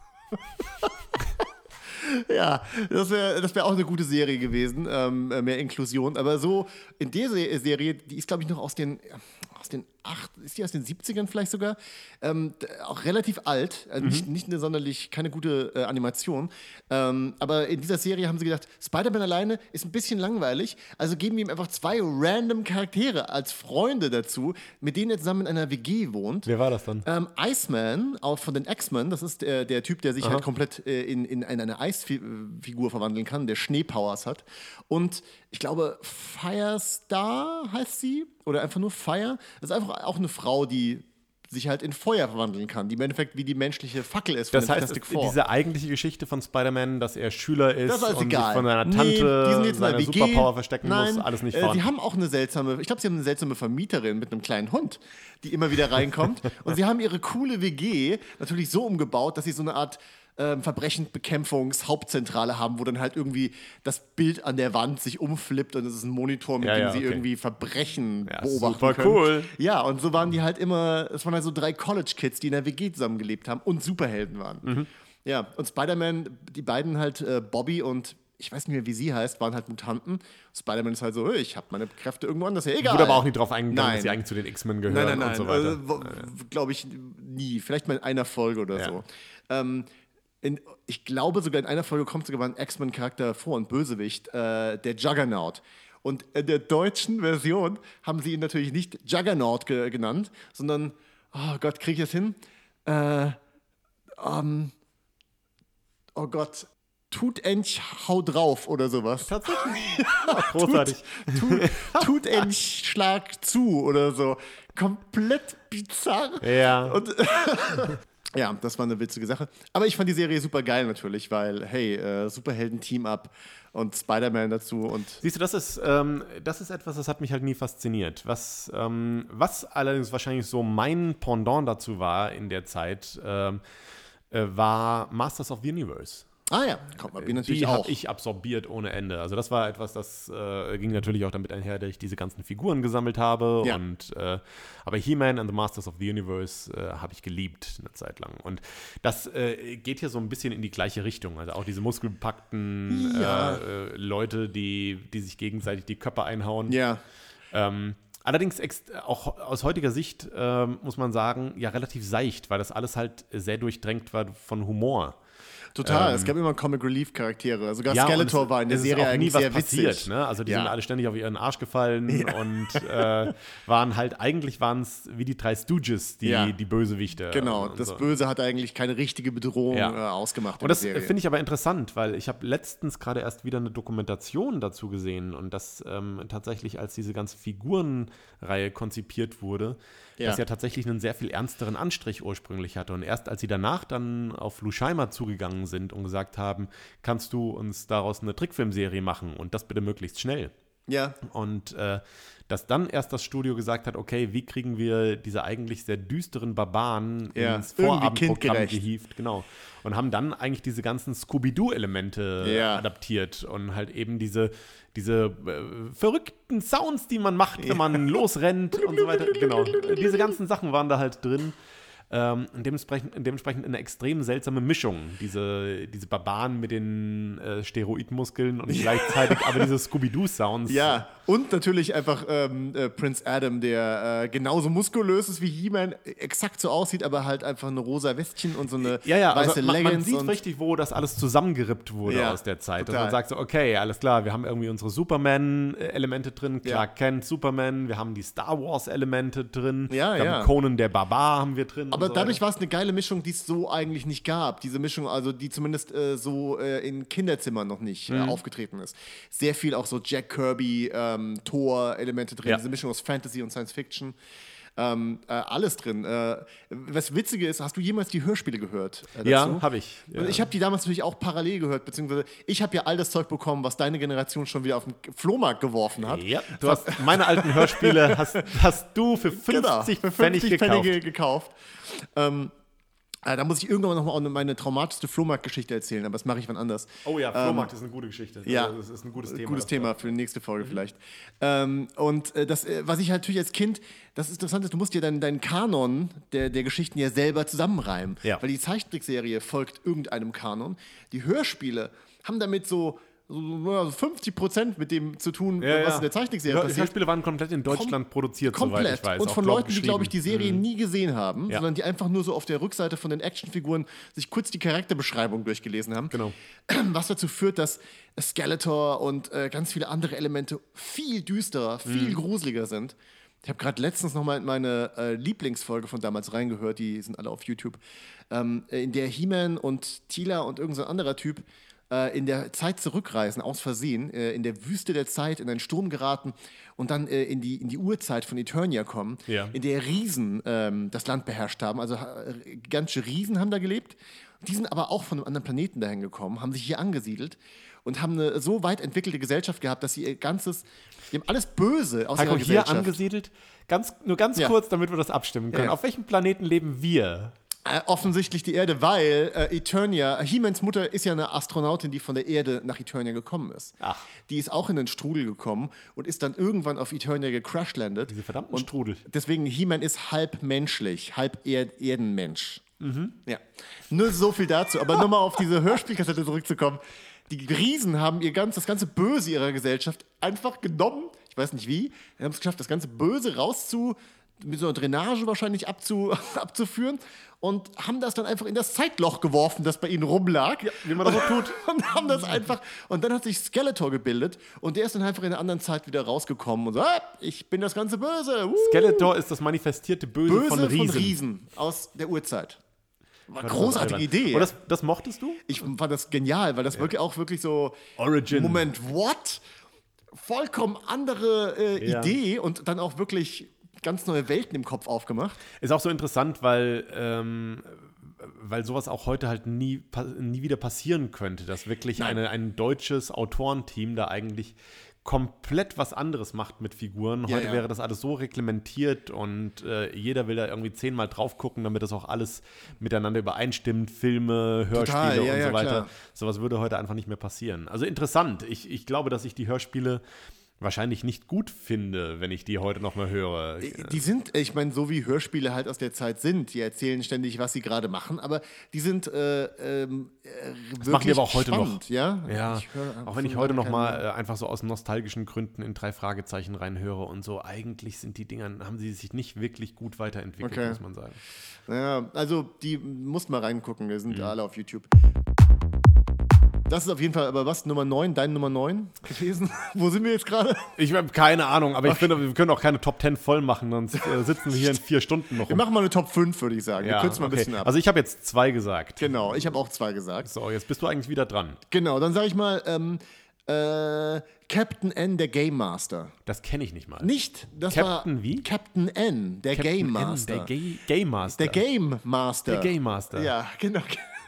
Ja, das wäre das wär auch eine gute Serie gewesen, ähm, mehr Inklusion. Aber so in der Se- Serie, die ist, glaube ich, noch aus den, aus den acht, ist die aus den siebzigern vielleicht sogar, ähm, d- auch relativ alt, äh, nicht, nicht eine sonderlich, keine gute äh, Animation. Ähm, aber in dieser Serie haben sie gedacht, Spider-Man alleine ist ein bisschen langweilig, also geben wir ihm einfach zwei random Charaktere als Freunde dazu, mit denen er zusammen in einer W G wohnt. Wer war das dann? Ähm, Iceman, auch von den X-Men, das ist der, der Typ, der sich Aha. halt komplett äh, in, in eine Eisfigur verwandeln kann, der Schneepowers hat. Und ich glaube, Firestar heißt sie, oder einfach nur Fire. Das ist einfach auch eine Frau, die sich halt in Feuer verwandeln kann, die im Endeffekt wie die menschliche Fackel ist von Das dem heißt, Fantastic es- Four. diese eigentliche Geschichte von Spider-Man, dass er Schüler ist Das ist alles und egal. sich von seiner Nee, Tante die sind jetzt in seine einer W G. Superpower verstecken Nein, muss, alles nicht äh, vorhanden. Die haben auch eine seltsame, ich glaube, sie haben eine seltsame Vermieterin mit einem kleinen Hund, die immer wieder reinkommt. Und sie haben ihre coole W G natürlich so umgebaut, dass sie so eine Art ähm, Verbrechenbekämpfungs-Hauptzentrale haben, wo dann halt irgendwie das Bild an der Wand sich umflippt und es ist ein Monitor, mit Ja, dem ja, sie okay. irgendwie Verbrechen Ja, beobachten super können. cool. Ja, und so waren die halt immer, es waren halt so drei College-Kids, die in der W G zusammengelebt haben und Superhelden waren. Mhm. Ja, und Spider-Man, die beiden halt, äh, Bobby und ich weiß nicht mehr, wie sie heißt, waren halt Mutanten. Spider-Man ist halt so, ich habe meine Kräfte irgendwo anders her. Egal. Wurde aber auch nicht drauf eingegangen, Nein. dass sie eigentlich zu den X-Men gehören Nein, nein, nein. und so weiter. Also, glaube ich nie. Vielleicht mal in einer Folge oder Ja. so. Ähm, in, ich glaube sogar in einer Folge kommt sogar ein X-Men-Charakter vor, ein Bösewicht, äh, der Juggernaut. Und in der deutschen Version haben sie ihn natürlich nicht Juggernaut ge genannt, sondern, oh Gott, kriege ich das hin? Äh, ähm, oh Gott, tut Ench, hau drauf oder sowas. Tatsächlich. Ja, großartig. Tut, tut Ench, schlag zu oder so. Komplett bizarr. Ja. Und ja, das war eine witzige Sache. Aber ich fand die Serie super geil natürlich, weil, hey, äh, Superhelden-Team-Up und Spider-Man dazu und Siehst du, das ist, ähm, das ist etwas, das hat mich halt nie fasziniert. Was, ähm, was allerdings wahrscheinlich so mein Pendant dazu war in der Zeit, ähm, äh, war Masters of the Universe. ah ja, kommt mal, wir natürlich Die auch. habe ich absorbiert ohne Ende. Also das war etwas, das äh, ging natürlich auch damit einher, dass ich diese ganzen Figuren gesammelt habe. Ja. Und, äh, aber He-Man and the Masters of the Universe äh, habe ich geliebt eine Zeit lang. Und das äh, geht hier so ein bisschen in die gleiche Richtung. Also auch diese muskelbepackten Ja. äh, äh, Leute, die, die sich gegenseitig die Köpfe einhauen. Ja, Ähm, allerdings ex- auch aus heutiger Sicht ähm, muss man sagen, ja relativ seicht, weil das alles halt sehr durchdrängt war von Humor. total. Ähm, es gab immer Comic-Relief-Charaktere. Sogar Ja, und Skeletor es- war in der es ist Serie auch eigentlich nie was sehr passiert, witzig. ne? Also die Ja. sind alle ständig auf ihren Arsch gefallen und äh, waren halt, eigentlich waren es wie die drei Stooges, die, Ja. die Bösewichte. Genau, und das so. Böse hat eigentlich keine richtige Bedrohung Ja. äh, ausgemacht Und in das der Serie. finde ich aber interessant, weil ich habe letztens gerade erst wieder eine Dokumentation dazu gesehen und das ähm, tatsächlich, als diese ganze Figurenreihe konzipiert wurde, Ja. das ja tatsächlich einen sehr viel ernsteren Anstrich ursprünglich hatte. Und erst als sie danach dann auf Lou Scheimer zugegangen sind und gesagt haben, kannst du uns daraus eine Trickfilmserie machen und das bitte möglichst schnell. Ja, Und äh, dass dann erst das Studio gesagt hat, okay, wie kriegen wir diese eigentlich sehr düsteren Barbaren Ja, ins irgendwie Vorabendprogramm kindgerecht. gehievt, genau. Und haben dann eigentlich diese ganzen Scooby-Doo-Elemente Ja. adaptiert und halt eben diese, diese äh, verrückten Sounds, die man macht, wenn man losrennt und so weiter. Genau, diese ganzen Sachen waren da halt drin. Ähm, und dementsprechend, dementsprechend eine extrem seltsame Mischung. Diese, diese Barbaren mit den äh, Steroidmuskeln und gleichzeitig aber diese Scooby-Doo-Sounds. ja. Und natürlich einfach ähm, äh, Prince Adam, der äh, genauso muskulös ist wie He-Man, exakt so aussieht, aber halt einfach eine rosa Westchen und so eine Ja, ja, weiße also man, man Leggings. sieht und richtig, wo das alles zusammengerippt wurde Ja, aus der Zeit. Dass total. man sagt so, okay, alles klar, wir haben irgendwie unsere Superman-Elemente drin, Clark Ja. Kent, Superman, wir haben die Star Wars-Elemente drin, Ja, wir ja. haben Conan der Barbar haben wir drin. Aber und so dadurch weiter. war es eine geile Mischung, die es so eigentlich nicht gab. Diese Mischung, also die zumindest äh, so äh, in Kinderzimmern noch nicht Mhm. äh, aufgetreten ist. Sehr viel auch so Jack Kirby, ähm, Thor-Elemente drin, Ja. diese Mischung aus Fantasy und Science Fiction. Ähm, äh, alles drin. Äh, was Witzige ist, hast du jemals die Hörspiele gehört? Äh, Ja, habe ich. Ja. Und ich habe die damals natürlich auch parallel gehört, beziehungsweise ich habe ja all das Zeug bekommen, was deine Generation schon wieder auf den Flohmarkt geworfen hat. Ja, du hast meine alten Hörspiele hast, hast du für fünfzig, Genau, für fünfzig Pfennig gekauft. Pfennige gekauft. Ähm, äh, da muss ich irgendwann noch mal meine traumatischste Flohmarktgeschichte erzählen, aber das mache ich wann anders. Oh ja, Flohmarkt ähm, ist eine gute Geschichte. Ja, also das ist ein gutes Thema. Gutes Thema für die nächste Folge mhm. vielleicht. Ähm, und äh, das, äh, was ich halt natürlich als Kind, das Interessante ist, du musst dir deinen, deinen Kanon der, der Geschichten ja selber zusammenreimen. Ja. Weil die Zeichentrickserie folgt irgendeinem Kanon. Die Hörspiele haben damit so so fünfzig Prozent mit dem zu tun, ja, was ja. in der Zeichentrickserie passiert. Die Hörspiele waren komplett in Deutschland Kom- produziert, komplett. soweit ich weiß. Und von auch, Leuten, die, glaube ich, die Serie mhm. nie gesehen haben, ja. sondern die einfach nur so auf der Rückseite von den Actionfiguren sich kurz die Charakterbeschreibung durchgelesen haben. Genau. Was dazu führt, dass Skeletor und äh, ganz viele andere Elemente viel düsterer, viel mhm. gruseliger sind. Ich habe gerade letztens nochmal in meine äh, Lieblingsfolge von damals reingehört, die sind alle auf YouTube, ähm, in der He-Man und Teela und irgendein so anderer Typ in der Zeit zurückreisen, aus Versehen, äh, in der Wüste der Zeit in einen Sturm geraten und dann äh, in, die, in die Urzeit von Eternia kommen, ja. in der Riesen ähm, das Land beherrscht haben. Also äh, ganze Riesen haben da gelebt. Die sind aber auch von einem anderen Planeten dahin gekommen, haben sich hier angesiedelt und haben eine so weit entwickelte Gesellschaft gehabt, dass sie ihr ganzes, die haben alles Böse aus Heiko, ihrer Gesellschaft. Hier angesiedelt, ganz, nur ganz ja. kurz, damit wir das abstimmen können. Ja. Auf welchem Planeten leben wir? Äh, offensichtlich die Erde, weil äh, Eternia, He-Mans Mutter ist ja eine Astronautin, die von der Erde nach Eternia gekommen ist. Ach. Die ist auch in den Strudel gekommen und ist dann irgendwann auf Eternia gecrashlandet. Diese verdammten und Strudel. Deswegen, He-Man ist halb menschlich, halb Erd- Erdenmensch. Mhm. Ja. Nur so viel dazu. Aber nochmal auf diese Hörspielkassette zurückzukommen. Die Riesen haben ihr ganz, das ganze Böse ihrer Gesellschaft einfach genommen. Ich weiß nicht wie. Sie haben es geschafft, das ganze Böse rauszu, mit so einer Drainage wahrscheinlich abzu, abzuführen und haben das dann einfach in das Zeitloch geworfen, das bei ihnen rumlag. Ja, wie man das so tut. Und haben das einfach, und dann hat sich Skeletor gebildet und der ist dann einfach in einer anderen Zeit wieder rausgekommen und so, ah, ich bin das ganze Böse. Uh. Skeletor ist das manifestierte Böse, Böse von Riesen. von Riesen aus der Urzeit. War eine großartige Idee. Und das, das mochtest du? Ich fand das genial, weil das ja. wirklich auch wirklich so Origin. Moment, what? Vollkommen andere äh, ja. Idee und dann auch wirklich ganz neue Welten im Kopf aufgemacht. Ist auch so interessant, weil, ähm, weil sowas auch heute halt nie, nie wieder passieren könnte, dass wirklich eine, ein deutsches Autorenteam da eigentlich komplett was anderes macht mit Figuren. Ja, Heute ja. wäre das alles so reglementiert und äh, jeder will da irgendwie zehnmal drauf gucken, damit das auch alles miteinander übereinstimmt. Filme, Hörspiele Total, ja, und ja, so weiter. klar. Sowas würde heute einfach nicht mehr passieren. Also interessant. Ich, ich glaube, dass ich die Hörspiele wahrscheinlich nicht gut finde, wenn ich die heute noch mal höre. Die sind, ich meine, so wie Hörspiele halt aus der Zeit sind, die erzählen ständig, was sie gerade machen, aber die sind äh, ähm, äh, das machen die aber auch heute spannend, noch. Ja, ja ich hör, auch wenn ich heute noch mal äh, einfach so aus nostalgischen Gründen in drei Fragezeichen reinhöre und so, eigentlich sind die Dinger, haben sie sich nicht wirklich gut weiterentwickelt, okay. muss man sagen. Ja, also die musst mal reingucken, wir sind mhm. alle auf YouTube. Das ist auf jeden Fall, aber was, Nummer neun, dein Nummer neun gewesen? Wo sind wir jetzt gerade? Ich habe keine Ahnung, aber ich finde, wir können auch keine Top Ten voll machen, sonst äh, sitzen wir hier in vier Stunden noch Wir rum. machen mal eine Top fünf, würde ich sagen. Ja, wir kürzen mal okay. ein bisschen ab. Also ich habe jetzt zwei gesagt. Genau, ich habe auch zwei gesagt. So, jetzt bist du eigentlich wieder dran. Genau, dann sage ich mal, ähm, äh, Captain N, der Game Master. Das kenne ich nicht mal. Nicht? Das Captain war wie? Captain N, der Captain Game N, Master. der Ga- Game Master. Der Game Master. Der Game Master. Ja, genau.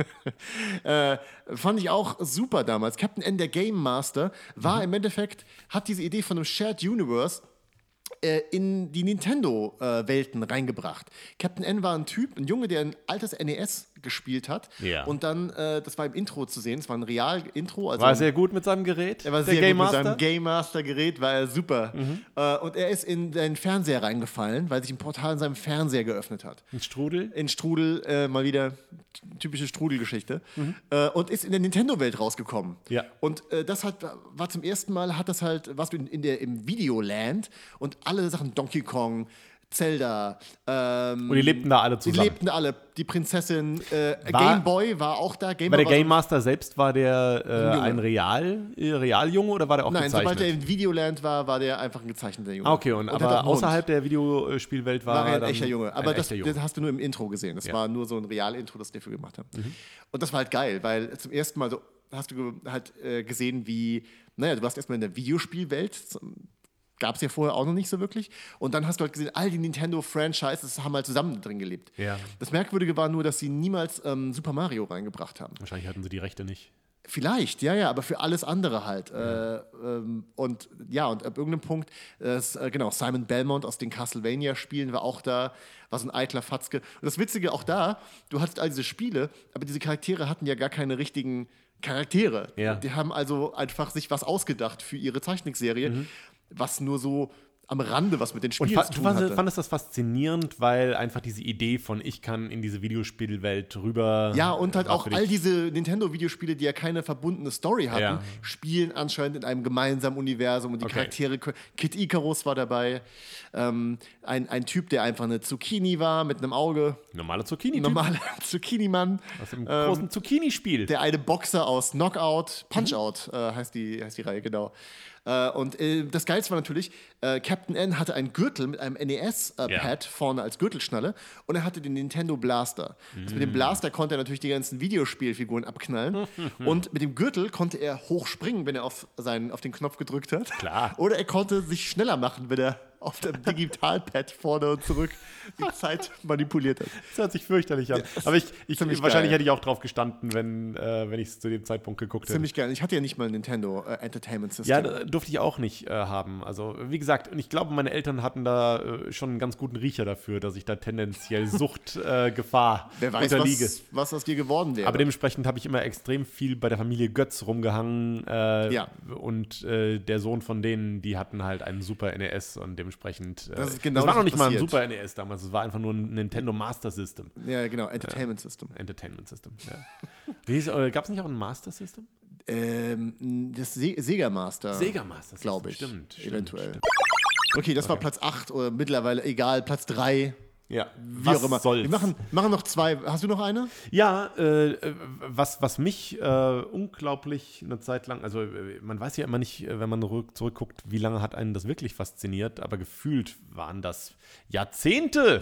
äh, fand ich auch super damals. Captain N, der Game Master, war mhm. im Endeffekt, hat diese Idee von einem Shared Universe äh, in die Nintendo-Welten äh, reingebracht. Captain N war ein Typ, ein Junge, der ein altes N E S gespielt hat. Ja. Und dann, äh, das war im Intro zu sehen, es war ein Real-Intro. Also war er sehr gut mit seinem Gerät? Er war der sehr Game gut Master? mit seinem Game Master-Gerät, war er super. Mhm. Äh, und er ist in den Fernseher reingefallen, weil sich ein Portal in seinem Fernseher geöffnet hat. Ein Strudel? In Strudel, äh, mal wieder typische Strudelgeschichte. Mhm. Äh, und ist in der Nintendo-Welt rausgekommen. Ja. Und äh, das hat, war zum ersten Mal, hat das halt, warst du in, in der, im Videoland und alle Sachen, Donkey Kong, Zelda. Ähm, und die lebten da alle zusammen? Die lebten da alle. Die Prinzessin äh, War- Game Boy war auch da. Game War Boy der war Game Master selbst, war der äh, Junge. ein Real, äh, Realjunge oder war der auch Nein, gezeichnet? sobald er im Videoland war, war der einfach ein gezeichneter Junge. Ah, okay, und, hat auch aber einen Hund. außerhalb der Videospielwelt war, war er ein dann echter Junge. Aber ein das, echter Junge. das hast du nur im Intro gesehen. Das Ja. war nur so ein Real-Intro, das die dafür gemacht haben. Mhm. Und das war halt geil, weil zum ersten Mal so hast du halt äh, gesehen, wie, naja, du warst erstmal in der Videospielwelt, zum, gab es ja vorher auch noch nicht so wirklich. Und dann hast du halt gesehen, all die Nintendo-Franchises haben halt zusammen drin gelebt. Ja. Das Merkwürdige war nur, dass sie niemals ähm, Super Mario reingebracht haben. Wahrscheinlich hatten sie die Rechte nicht. Vielleicht, ja, ja, aber für alles andere halt. Ja. Äh, ähm, und ja, und ab irgendeinem Punkt, äh, genau, Simon Belmont aus den Castlevania-Spielen war auch da, war so ein eitler Fatzke. Und das Witzige auch da, du hattest all diese Spiele, aber diese Charaktere hatten ja gar keine richtigen Charaktere. Ja. Die haben also einfach sich was ausgedacht für ihre Zeichentrickserie, mhm. was nur so am Rande was mit den Spielen und zu tun du hatte. fandest das faszinierend, weil einfach diese Idee von ich kann in diese Videospielwelt rüber... Ja, und halt auch all diese Nintendo-Videospiele, die ja keine verbundene Story hatten, ja. spielen anscheinend in einem gemeinsamen Universum und die okay. Charaktere... Kid Icarus war dabei, ähm, ein, ein Typ, der einfach eine Zucchini war mit einem Auge. Normaler Zucchini-Typ. Normaler Zucchini-Mann. Aus dem ähm, großen Zucchini-Spiel. Der eine Boxer aus Knockout, Punch-Out mhm. äh, heißt, die, heißt die Reihe, genau. Uh, und äh, das Geilste war natürlich, äh, Captain N hatte einen Gürtel mit einem N E S-Pad äh, ja. vorne als Gürtelschnalle und er hatte den Nintendo Blaster. Mm. Also mit dem Blaster konnte er natürlich die ganzen Videospielfiguren abknallen und mit dem Gürtel konnte er hochspringen, wenn er auf, seinen, auf den Knopf gedrückt hat. Klar. Oder er konnte sich schneller machen, wenn er auf dem Digitalpad vorne und zurück die Zeit manipuliert hat. Das hört sich fürchterlich an. Ja, aber ich, ich wahrscheinlich geil. hätte ich auch drauf gestanden, wenn, äh, wenn ich es zu dem Zeitpunkt geguckt hätte. Ziemlich geil. Ich hatte ja nicht mal ein Nintendo äh, Entertainment System. Ja, da durfte ich auch nicht äh, haben. Also wie gesagt, und ich glaube, meine Eltern hatten da äh, schon einen ganz guten Riecher dafür, dass ich da tendenziell Suchtgefahr äh, Wer weiß, unterliege. Was, was aus dir geworden wäre. Aber dementsprechend habe ich immer extrem viel bei der Familie Götz rumgehangen. Äh, ja. Und äh, der Sohn von denen, die hatten halt einen Super N E S und dementsprechend... Äh, das, ist genau das war noch nicht passiert. mal ein Super N E S damals, es war einfach nur ein Nintendo Master System. Ja, genau, Entertainment ja. System. Entertainment System, ja. Gab es nicht auch ein Master System? Ähm, das Se- Sega Master. Sega Master, glaube ich. Stimmt, stimmt, eventuell. Stimmt. Okay, das okay. war Platz acht oder mittlerweile egal, Platz drei. Ja, wie was auch immer. soll's? Wir machen, machen noch zwei. Hast du noch eine? Ja, äh, was, was mich äh, unglaublich eine Zeit lang, also äh, man weiß ja immer nicht, wenn man zurückguckt, wie lange hat einen das wirklich fasziniert, aber gefühlt waren das Jahrzehnte.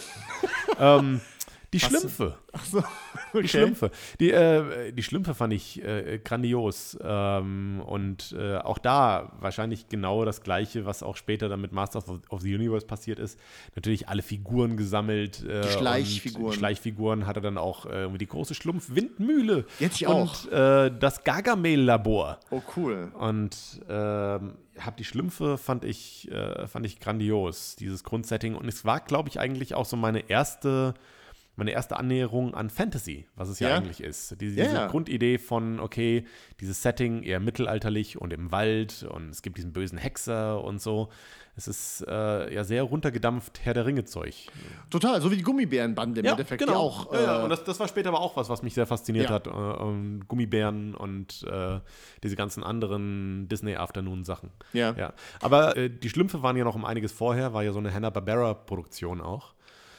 ähm, Die Was? Schlümpfe. Ach so, okay. Die Schlümpfe. Die, äh, die Schlümpfe fand ich äh, grandios. Ähm, und äh, auch da wahrscheinlich genau das Gleiche, was auch später dann mit Masters of, of the Universe passiert ist. Natürlich alle Figuren gesammelt. Äh, die Schleichfiguren. Die Schleichfiguren hatte dann auch äh, die große Schlumpf-Windmühle. Jetzt ich und, auch. Äh, das Gargamel-Labor. Oh, cool. Und ähm, hab die Schlümpfe fand ich, äh, fand ich grandios, dieses Grundsetting. Und es war, glaube ich, eigentlich auch so meine erste meine erste Annäherung an Fantasy, was es ja, ja eigentlich ist. Diese, ja, diese ja. Grundidee von, okay, dieses Setting eher mittelalterlich und im Wald und es gibt diesen bösen Hexer und so. Es ist äh, ja sehr runtergedampft Herr der Ringe-Zeug. Total, so wie die Gummibärenbande im ja, Endeffekt. Genau. Die auch, ja, ja. äh, Und das, das war später aber auch was, was mich sehr fasziniert ja. hat. Äh, um, Gummibären und äh, diese ganzen anderen Disney-Afternoon-Sachen. Ja. ja. Aber äh, die Schlümpfe waren ja noch um einiges vorher, war ja so eine Hanna-Barbera-Produktion auch.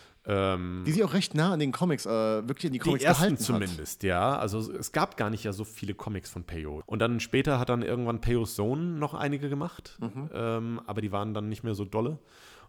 Ähm, die sich auch recht nah an den Comics, äh, wirklich an die Comics die ersten gehalten zumindest, hat. ja. Also es gab gar nicht ja so viele Comics von Peyo. Und dann später hat dann irgendwann Peyos Sohn noch einige gemacht, Mhm. ähm, aber die waren dann nicht mehr so dolle.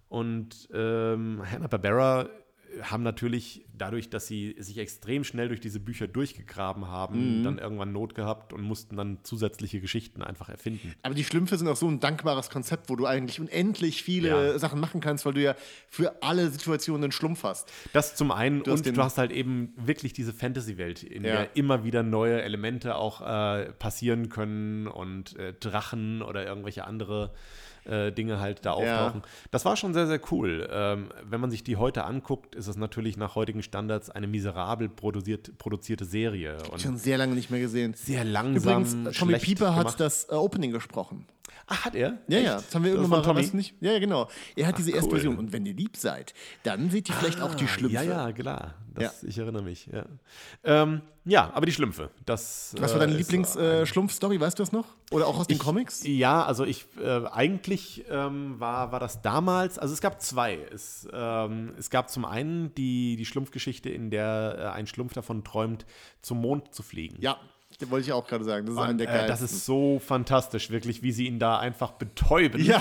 Und ähm, Hanna-Barbera haben natürlich dadurch, dass sie sich extrem schnell durch diese Bücher durchgegraben haben, mhm. dann irgendwann Not gehabt und mussten dann zusätzliche Geschichten einfach erfinden. Aber die Schlümpfe sind auch so ein dankbares Konzept, wo du eigentlich unendlich viele Ja. Sachen machen kannst, weil du ja für alle Situationen einen Schlumpf hast. Das zum einen Du hast und den- du hast halt eben wirklich diese Fantasy-Welt, in Ja. der immer wieder neue Elemente auch äh, passieren können und äh, Drachen oder irgendwelche andere äh, Dinge halt da auftauchen. Das war schon sehr, sehr cool. Ähm, wenn man sich die heute anguckt, ist es natürlich nach heutigen Standards eine miserabel produziert, produzierte Serie. Und Schon sehr lange nicht mehr gesehen. sehr langsam, Übrigens, Tommy schlecht Pieper hat gemacht. das äh, Opening gesprochen. Ach, hat er? Ja, Echt? ja, das haben wir Das irgendwann ist von mal, Tommy? weißt du nicht? Ja, ja, genau. Er hat diese erste cool. Version. Und wenn ihr lieb seid, dann seht ihr vielleicht auch die Schlümpfe. Ja, ja, klar. Das, Ich erinnere mich, ja. Ähm, ja, aber die Schlümpfe. Das, Was war deine äh, ist Lieblings-Schlumpf-Story, weißt du das noch? Oder auch aus den Ich- Comics? Ja, also ich äh, eigentlich ähm, war, war das damals, also es gab zwei. Es, ähm, es gab zum einen die, die Schlumpfgeschichte, in der äh, ein Schlumpf davon träumt, zum Mond zu fliegen. Ja, das wollte ich auch gerade sagen. Das ist einer Und, der äh, geilsten. das ist so fantastisch, wirklich, wie sie ihn da einfach betäuben. Ja,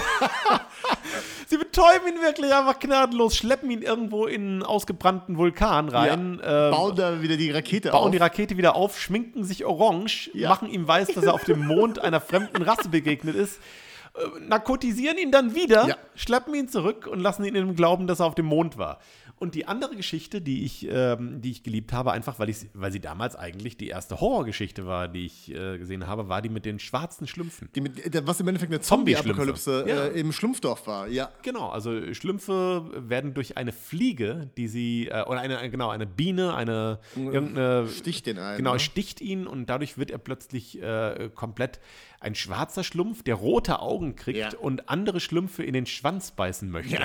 Sie betäuben ihn wirklich einfach gnadenlos, schleppen ihn irgendwo in einen ausgebrannten Vulkan rein, ja. ähm, bauen da wieder die Rakete bauen auf. die Rakete wieder auf, schminken sich orange, Ja. machen ihm weiß, dass er auf dem Mond einer fremden Rasse begegnet ist. äh, narkotisieren ihn dann wieder, Ja. schleppen ihn zurück und lassen ihn in dem Glauben, dass er auf dem Mond war. Und die andere Geschichte, die ich, ähm, die ich geliebt habe, einfach weil, ich, weil sie damals eigentlich die erste Horrorgeschichte war, die ich äh, gesehen habe, war die mit den schwarzen Schlümpfen. Die mit, was im Endeffekt eine Zombie-Schlümpfe. Zombie-Apokalypse Ja. äh, im Schlumpfdorf war. Ja. Genau, also Schlümpfe werden durch eine Fliege, die sie, äh, oder eine, genau, eine Biene, eine, irgendeine, Sticht den einen. genau, ne? sticht ihn und dadurch wird er plötzlich äh, komplett ein schwarzer Schlumpf, der rote Augen kriegt Ja. und andere Schlümpfe in den Schwanz beißen möchte.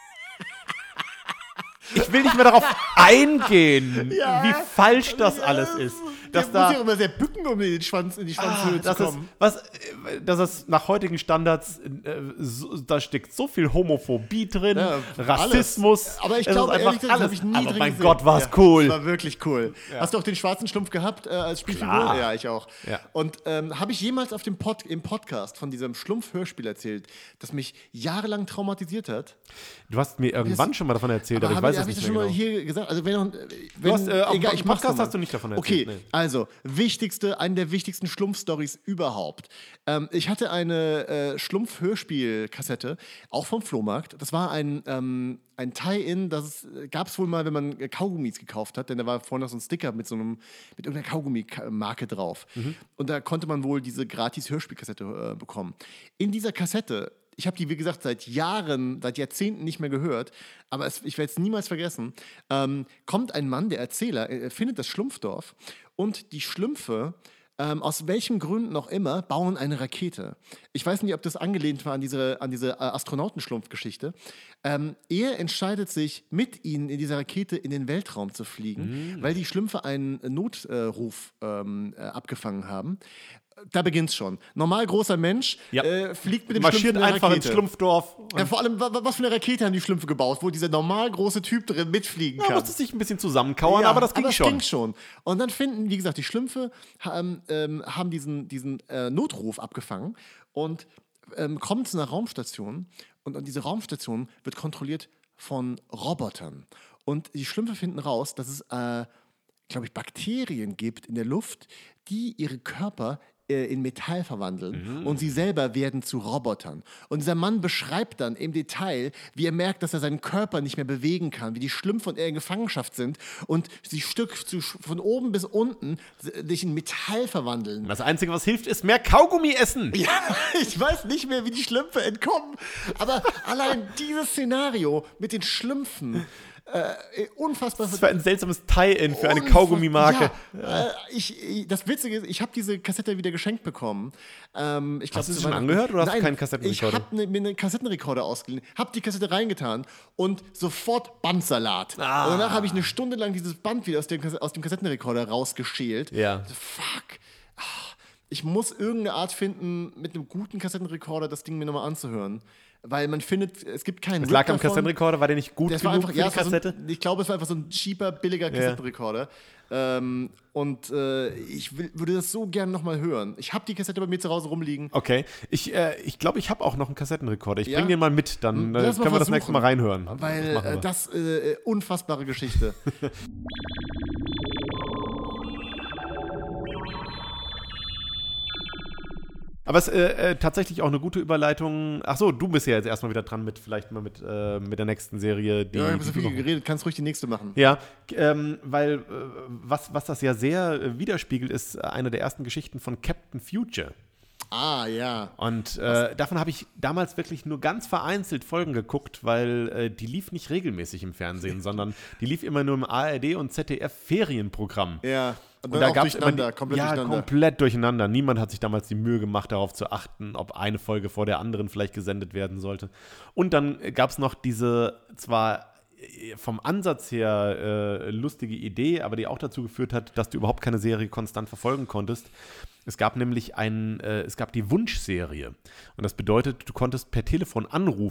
Ich will nicht mehr darauf eingehen, Ja. wie falsch das alles ist. Dass Der muss da, ja immer sehr bücken, um in, den Schwanz, in die Schwanzhöhe ah, zu das ist, kommen. was, äh, dass es nach heutigen Standards, äh, so, da steckt so viel Homophobie drin, Ja, Rassismus. alles. Aber ich es glaube, ist ehrlich einfach gesagt, das alles. habe ich nie Aber drin mein gesehen. Gott, war es Ja, cool. Das war wirklich cool. Hast du auch den schwarzen Schlumpf gehabt äh, als Spielfigur? Klar. Ja, ich auch. Ja. Und ähm, habe ich jemals auf dem Pod, im Podcast von diesem Schlumpf-Hörspiel erzählt, das mich jahrelang traumatisiert hat? Du hast mir irgendwann Das- schon mal davon erzählt, aber, Aber ich hab weiß ich, es hab ich nicht das schon mehr mal genau. hier gesagt? Also wenn, noch- wenn hast, äh, auf egal, dem ich mach's Podcast noch mal. hast du nicht davon Okay, erzählt, nee. also wichtigste, eine der wichtigsten Schlumpf-Stories überhaupt. Ähm, ich hatte eine äh, Schlumpf-Hörspiel-Kassette, auch vom Flohmarkt. Das war ein, ähm, ein Tie-In, das gab es wohl mal, wenn man äh, Kaugummis gekauft hat, denn da war vorne noch so ein Sticker mit so einem, mit irgendeiner Kaugummi-Marke drauf. Und da konnte man wohl diese gratis Hörspielkassette äh, bekommen. In dieser Kassette, ich habe die, wie gesagt, seit Jahren, seit Jahrzehnten nicht mehr gehört, aber es, ich werde es niemals vergessen, ähm, kommt ein Mann, der Erzähler, er findet das Schlumpfdorf und die Schlümpfe, ähm, aus welchen Gründen auch immer, bauen eine Rakete. Ich weiß nicht, ob das angelehnt war an diese, an diese äh, Astronautenschlumpf-Geschichte. Ähm, er entscheidet sich, mit ihnen in dieser Rakete in den Weltraum zu fliegen, weil die Schlümpfe einen Notruf ähm, äh, abgefangen haben. Da beginnt's schon. Normal großer Mensch Ja. äh, fliegt mit dem Marschiert Schlumpf in der einfach ins Rakete. Schlumpfdorf. Ja, vor allem, wa- wa- was für eine Rakete haben die Schlümpfe gebaut, wo dieser normal große Typ drin mitfliegen Man kann? musste sich ein bisschen zusammenkauern, Ja, aber das ging aber schon. ging schon. Und dann finden, wie gesagt, die Schlümpfe haben, ähm, haben diesen, diesen äh, Notruf abgefangen und ähm, kommen zu einer Raumstation. Und, und diese Raumstation wird kontrolliert von Robotern. Und die Schlümpfe finden raus, dass es, äh, glaube ich, Bakterien gibt in der Luft, die ihre Körper äh, in Metall verwandeln und sie selber werden zu Robotern. Und dieser Mann beschreibt dann im Detail, wie er merkt, dass er seinen Körper nicht mehr bewegen kann, wie die Schlümpfe und er in Gefangenschaft sind und sie Stück zu, von oben bis unten sich in Metall verwandeln. Das Einzige, was hilft, ist mehr Kaugummi essen. Ja, ich weiß nicht mehr, wie die Schlümpfe entkommen. Aber allein dieses Szenario mit den Schlümpfen, äh, unfassbar. Das war ein seltsames Tie-In für eine Unfass- Kaugummimarke. Ja, äh, ich, ich, das Witzige ist, ich habe diese Kassette wieder geschenkt bekommen. Ähm, ich glaub, Hast du sie zu schon Weihnachten. angehört oder hast du Nein, keinen Kassettenrekorder? Ich habe ne, mir einen Kassettenrekorder ausgeliehen, habe die Kassette reingetan und sofort Bandsalat. Ah. Und danach habe ich eine Stunde lang dieses Band wieder aus dem, Kass- aus dem Kassettenrekorder rausgeschält. Ja. So, fuck. Ah, Ich muss irgendeine Art finden, mit einem guten Kassettenrekorder das Ding mir nochmal anzuhören. Weil man findet, es gibt keinen Es lag Rip am davon. Kassettenrekorder, war der nicht gut Das genug war einfach, für ja, die es war so Kassette? ein, ich glaube, es war einfach so ein cheaper, billiger Kassettenrekorder. Ähm, und äh, ich will, würde das so gerne nochmal hören. Ich habe die Kassette bei mir zu Hause rumliegen. Okay, ich glaube, äh, ich, glaub, ich habe auch noch einen Kassettenrekorder. Ich Ja? bring den mal mit, dann äh, Lass mal können wir das versuchen. nächste Mal reinhören. Weil Das machen wir. äh, das äh, unfassbare Geschichte. Aber es ist äh, äh, tatsächlich auch eine gute Überleitung. Ach so, du bist ja jetzt erstmal wieder dran mit, vielleicht mal mit, äh, mit der nächsten Serie. Die, Ja, ich habe so die du viel noch- geredet, kannst ruhig die nächste machen. Ja, ähm, weil äh, was, was das ja sehr äh, widerspiegelt, ist eine der ersten Geschichten von Captain Future. Ah, ja. Und äh, davon habe ich damals wirklich nur ganz vereinzelt Folgen geguckt, weil äh, die lief nicht regelmäßig im Fernsehen, sondern die lief immer nur im A R D und Z D F-Ferienprogramm. Ja. Und Und dann da auch gab's durcheinander, immer die, komplett ja, durcheinander. komplett durcheinander. Niemand hat sich damals die Mühe gemacht, darauf zu achten, ob eine Folge vor der anderen vielleicht gesendet werden sollte. Und dann gab es noch diese zwar vom Ansatz her äh, lustige Idee, aber die auch dazu geführt hat, dass du überhaupt keine Serie konstant verfolgen konntest. Es gab nämlich ein, äh, es gab die Wunschserie. Und das bedeutet, du konntest per Telefon anrufen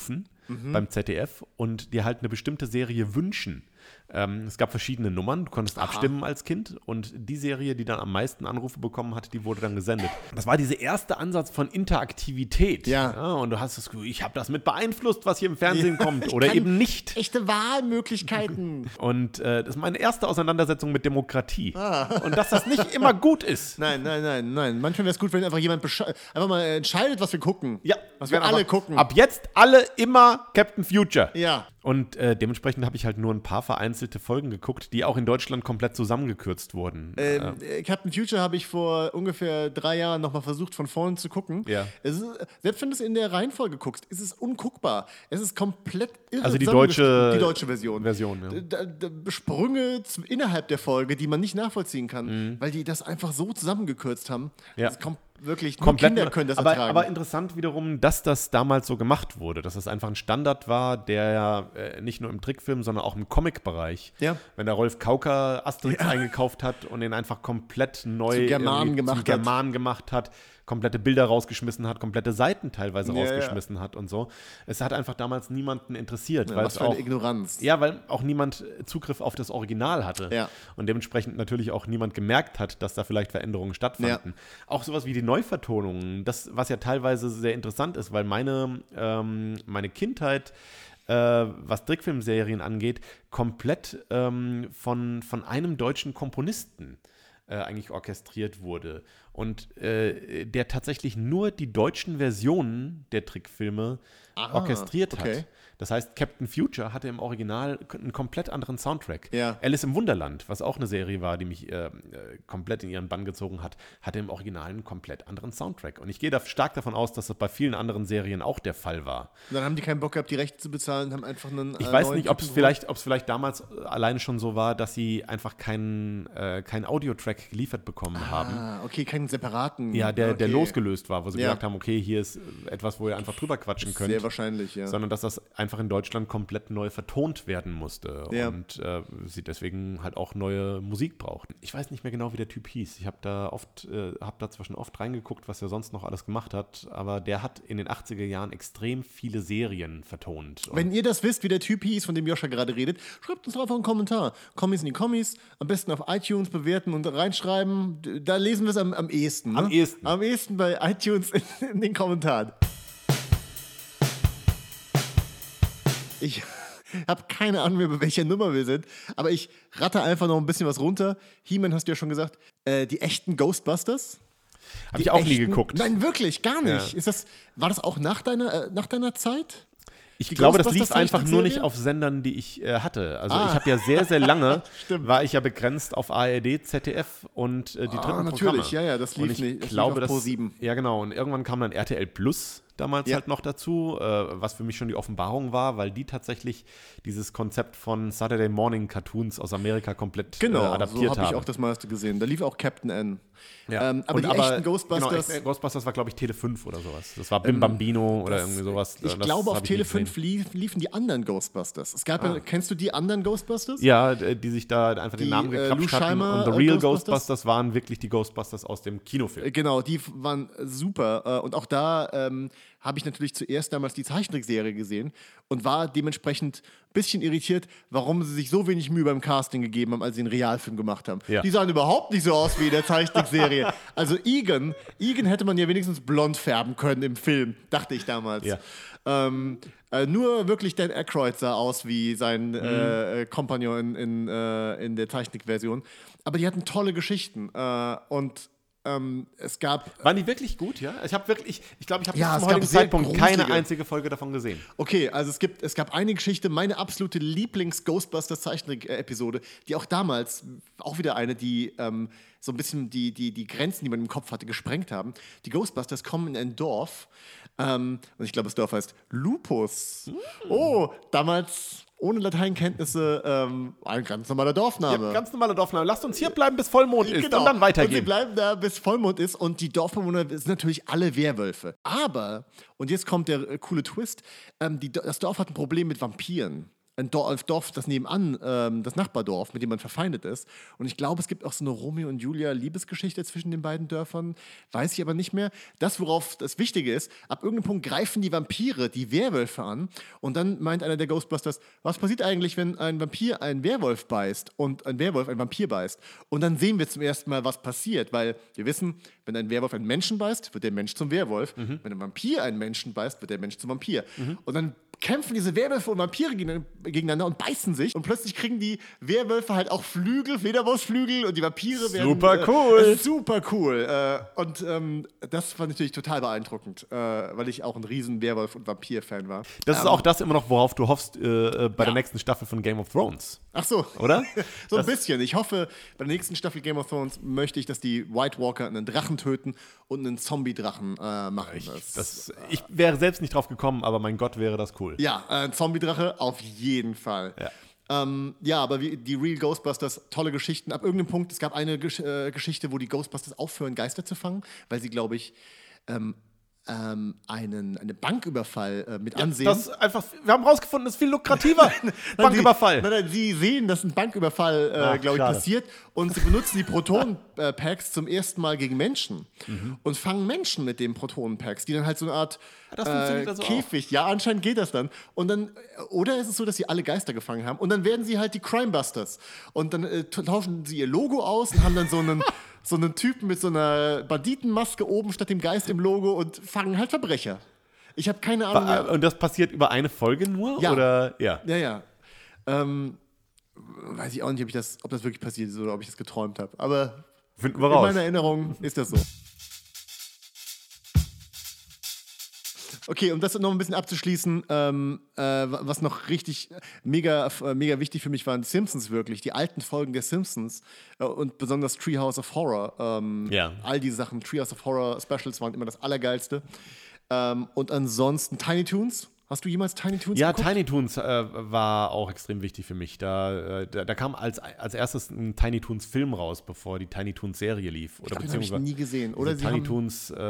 mhm. beim Z D F und dir halt eine bestimmte Serie wünschen. Ähm, es gab verschiedene Nummern, du konntest Aha. abstimmen als Kind und die Serie, die dann am meisten Anrufe bekommen hat, die wurde dann gesendet. Das war dieser erste Ansatz von Interaktivität. Ja. ja und du hast das Gefühl, ich habe das mit beeinflusst, was hier im Fernsehen ja, kommt oder eben nicht. Echte Wahlmöglichkeiten. Und äh, das ist meine erste Auseinandersetzung mit Demokratie. Ah. Und dass das nicht immer gut ist. Nein, nein, nein, nein. Manchmal wäre es gut, wenn einfach jemand besche- einfach mal entscheidet, was wir gucken. Ja. Was wir alle gucken. Ab jetzt alle immer Captain Future. Ja. Und äh, dementsprechend habe ich halt nur ein paar vereinzelte Folgen geguckt, die auch in Deutschland komplett zusammengekürzt wurden. Ähm, äh. Captain Future habe ich vor ungefähr drei Jahren nochmal versucht, von vorne zu gucken. Ja. Es ist, selbst wenn du es in der Reihenfolge guckst, ist es unguckbar. Es ist komplett irre. Also die deutsche, die deutsche Version. Version ja. da, da, Sprünge z- innerhalb der Folge, die man nicht nachvollziehen kann, mhm. weil die das einfach so zusammengekürzt haben. Ja. Das ist kom- wirklich, nur komplett, Kinder können das aber, ertragen. aber interessant wiederum, dass das damals so gemacht wurde, dass das einfach ein Standard war, der ja äh, nicht nur im Trickfilm, sondern auch im Comic-Bereich, ja. wenn der Rolf Kauker Asterix ja. eingekauft hat und den einfach komplett neu zum Germanen gemacht, zum Germanen gemacht hat, komplette Bilder rausgeschmissen hat, komplette Seiten teilweise ja, rausgeschmissen ja. hat und so. Es hat einfach damals niemanden interessiert. Ja, weil was es für eine auch, Ignoranz. Ja, weil auch niemand Zugriff auf das Original hatte. Ja. Und dementsprechend natürlich auch niemand gemerkt hat, dass da vielleicht Veränderungen stattfanden. Ja. Auch sowas wie die Neuvertonungen, das, was ja teilweise sehr interessant ist, weil meine, ähm, meine Kindheit, äh, was Trickfilmserien angeht, komplett ähm, von, von einem deutschen Komponisten Äh, eigentlich orchestriert wurde und äh, der tatsächlich nur die deutschen Versionen der Trickfilme Aha, orchestriert okay. hat. Das heißt, Captain Future hatte im Original einen komplett anderen Soundtrack. Ja. Alice im Wunderland, was auch eine Serie war, die mich äh, komplett in ihren Bann gezogen hat, hatte im Original einen komplett anderen Soundtrack. Und ich gehe da stark davon aus, dass das bei vielen anderen Serien auch der Fall war. Und dann haben die keinen Bock gehabt, die Rechte zu bezahlen und haben einfach einen äh, Ich weiß nicht, ob es vielleicht, vielleicht damals alleine schon so war, dass sie einfach keinen äh, kein Audiotrack geliefert bekommen ah, haben. Ah, okay, keinen separaten. Ja, der, okay. der losgelöst war, wo sie ja. gesagt haben, okay, hier ist etwas, wo ihr einfach drüber quatschen könnt. Sehr wahrscheinlich, ja. Sondern dass das einfach in Deutschland komplett neu vertont werden musste ja. und äh, sie deswegen halt auch neue Musik brauchten. Ich weiß nicht mehr genau, wie der Typ hieß. Ich habe da oft, äh, habe dazwischen oft reingeguckt, was er sonst noch alles gemacht hat, aber der hat in den achtziger Jahren extrem viele Serien vertont. Wenn ihr das wisst, wie der Typ hieß, von dem Joscha gerade redet, schreibt uns doch einfach einen Kommentar. Kommis in die Kommis, am besten auf iTunes bewerten und reinschreiben. Da lesen wir es am, am ehesten. Ne? Am ehesten. Am ehesten bei iTunes in, in den Kommentaren. Ich habe keine Ahnung mehr, bei welcher Nummer wir sind, aber ich ratte einfach noch ein bisschen was runter. He-Man hast du ja schon gesagt, äh, die echten Ghostbusters. Habe ich auch echten, nie geguckt. Nein, wirklich, gar nicht. Ja. Ist das, war das auch nach deiner, äh, nach deiner Zeit? Ich Die glaube, das lief Ghostbusters einfach nur nicht Zeichentrickserie? auf Sendern, die ich äh, hatte. Also Ah. ich habe ja sehr, sehr lange, Stimmt. war ich ja begrenzt auf A R D, Z D F und äh, die Ah, dritten natürlich, Programme. ja, ja, das lief und ich nicht- das lief glaube, auf das, ProSieben. Ja, genau. Und irgendwann kam dann R T L Plus damals Ja. halt noch dazu, äh, was für mich schon die Offenbarung war, weil die tatsächlich dieses Konzept von Saturday Morning Cartoons aus Amerika komplett Genau, äh, so adaptiert habe ich haben. auch das meiste gesehen. Da lief auch Captain N. Ja. Ähm, aber Und die echten Ghostbusters. Genau, echt, Ghostbusters war, glaube ich, Tele fünf oder sowas. Das war Bim Bambino oder irgendwie sowas. Ich Das glaube, auf hab ich nie Tele gesehen. fünf lief, liefen die anderen Ghostbusters. Es gab ja, kennst du die anderen Ghostbusters? Ja, d- die sich da einfach Die, den Namen äh, gekrapscht Lou hatten. Scheimer, Und The äh, Real Ghostbusters? Ghostbusters waren wirklich die Ghostbusters aus dem Kinofilm. Äh, Genau, die f- waren super. Äh, Und auch da ähm, habe ich natürlich zuerst damals die Zeichentrickserie gesehen und war dementsprechend ein bisschen irritiert, warum sie sich so wenig Mühe beim Casting gegeben haben, als sie einen Realfilm gemacht haben. Ja. Die sahen überhaupt nicht so aus wie in der Zeichentrickserie. Also Egan, Egan hätte man ja wenigstens blond färben können im Film, dachte ich damals. Ja. Ähm, äh, nur wirklich Dan Aykroyd sah aus wie sein Mhm. äh, äh, Kompagnon in, in, äh, in der Zeichentrickversion. Aber die hatten tolle Geschichten. Äh, und ähm, es gab. Waren die wirklich gut, ja? Ich habe wirklich, ich glaube, ich habe Ja, bis es zum gab heutigen sehr Zeitpunkt keine gruselige- einzige Folge davon gesehen. Okay, also es, gibt, es gab eine Geschichte, meine absolute Lieblings-Ghostbusters-Zeichentrick-Episode, die auch damals, auch wieder eine, die ähm, so ein bisschen die, die, die Grenzen, die man im Kopf hatte, gesprengt haben. Die Ghostbusters kommen in ein Dorf, ähm, und ich glaube, das Dorf heißt Lupus. Oh, damals ohne Lateinkenntnisse ähm, ein ganz normaler Dorfname. Ja, ganz normaler Dorfname. Lasst uns hier bleiben, bis Vollmond ist Genau. und dann Und sie weitergehen. bleiben da, bis Vollmond ist und die Dorfbewohner sind natürlich alle Werwölfe. Aber, und jetzt kommt der äh, coole Twist, ähm, die, das Dorf hat ein Problem mit Vampiren. ein Dorf, Dorf das nebenan, ähm, das Nachbardorf, mit dem man verfeindet ist. Und ich glaube, es gibt auch so eine Romeo und Julia Liebesgeschichte zwischen den beiden Dörfern. Weiß ich aber nicht mehr. Das, worauf das Wichtige ist, ab irgendeinem Punkt greifen die Vampire die Werwölfe an. Und dann meint einer der Ghostbusters, was passiert eigentlich, wenn ein Vampir einen Werwolf beißt und ein Werwolf einen Vampir beißt? Und dann sehen wir zum ersten Mal, was passiert. Weil wir wissen, wenn ein Werwolf einen Menschen beißt, wird der Mensch zum Werwolf. Mhm. Wenn ein Vampir einen Menschen beißt, wird der Mensch zum Vampir. Mhm. Und dann kämpfen diese Werwölfe und Vampire gegeneinander und beißen sich. Und plötzlich kriegen die Werwölfe halt auch Flügel, Fledermausflügel und die Vampire werden... Super cool. Äh, super cool. Äh, und ähm, das war natürlich total beeindruckend, äh, weil ich auch ein riesen Werwolf- und Vampir-Fan war. Das ähm, ist auch das immer noch, worauf du hoffst äh, bei ja. der nächsten Staffel von Game of Thrones. Ach so. Oder? so das ein bisschen. Ich hoffe, bei der nächsten Staffel Game of Thrones möchte ich, dass die White Walker einen Drachen töten und einen Zombie-Drachen äh, machen. Ich, das, ich wäre selbst nicht drauf gekommen, aber mein Gott, wäre das cool. Ja, ein Zombie-Drache auf jeden Fall. Ja. Ähm, ja, aber wie, die Real Ghostbusters, tolle Geschichten. Ab irgendeinem Punkt, es gab eine Gesch- äh, Geschichte, wo die Ghostbusters aufhören, Geister zu fangen, weil sie, glaube ich, ähm, ähm, einen, einen Banküberfall äh, mit ja, ansehen. Das einfach, wir haben rausgefunden, das ist viel lukrativer. Banküberfall. Nein, nein, sie sehen, dass ein Banküberfall, äh, glaube ich, passiert und sie benutzen die Protonen-Packs zum ersten Mal gegen Menschen mhm. und fangen Menschen mit den Protonen-Packs, die dann halt so eine Art das äh, also Käfig, auch. ja, anscheinend geht das dann. Und dann, oder ist es so, dass sie alle Geister gefangen haben und dann werden sie halt die Crimebusters und dann äh, tauschen sie ihr Logo aus und haben dann so einen so einen Typen mit so einer Banditenmaske oben statt dem Geist im Logo und fangen halt Verbrecher. Ich habe keine Ahnung mehr. Und das passiert über eine Folge nur? Ja. Oder? Ja, ja. ja. Ähm, weiß ich auch nicht, ob, ich das, ob das wirklich passiert ist oder ob ich das geträumt habe. Aber finden wir in raus. meiner Erinnerung ist das so. Okay, um das noch ein bisschen abzuschließen, ähm, äh, was noch richtig mega, äh, mega wichtig für mich waren, die Simpsons wirklich, die alten Folgen der Simpsons äh, und besonders Treehouse of Horror. Ähm, ja. All diese Sachen, Treehouse of Horror Specials waren immer das Allergeilste. Ähm, und ansonsten Tiny Toons. Hast du jemals Tiny Toons Ja, geguckt? Tiny Toons äh, war auch extrem wichtig für mich. Da, äh, da, da kam als, als erstes ein Tiny Toons Film raus, bevor die Tiny Toons Serie lief. Oder ich glaube, den habe ich nie gesehen. Oder sie Tiny haben Toons äh,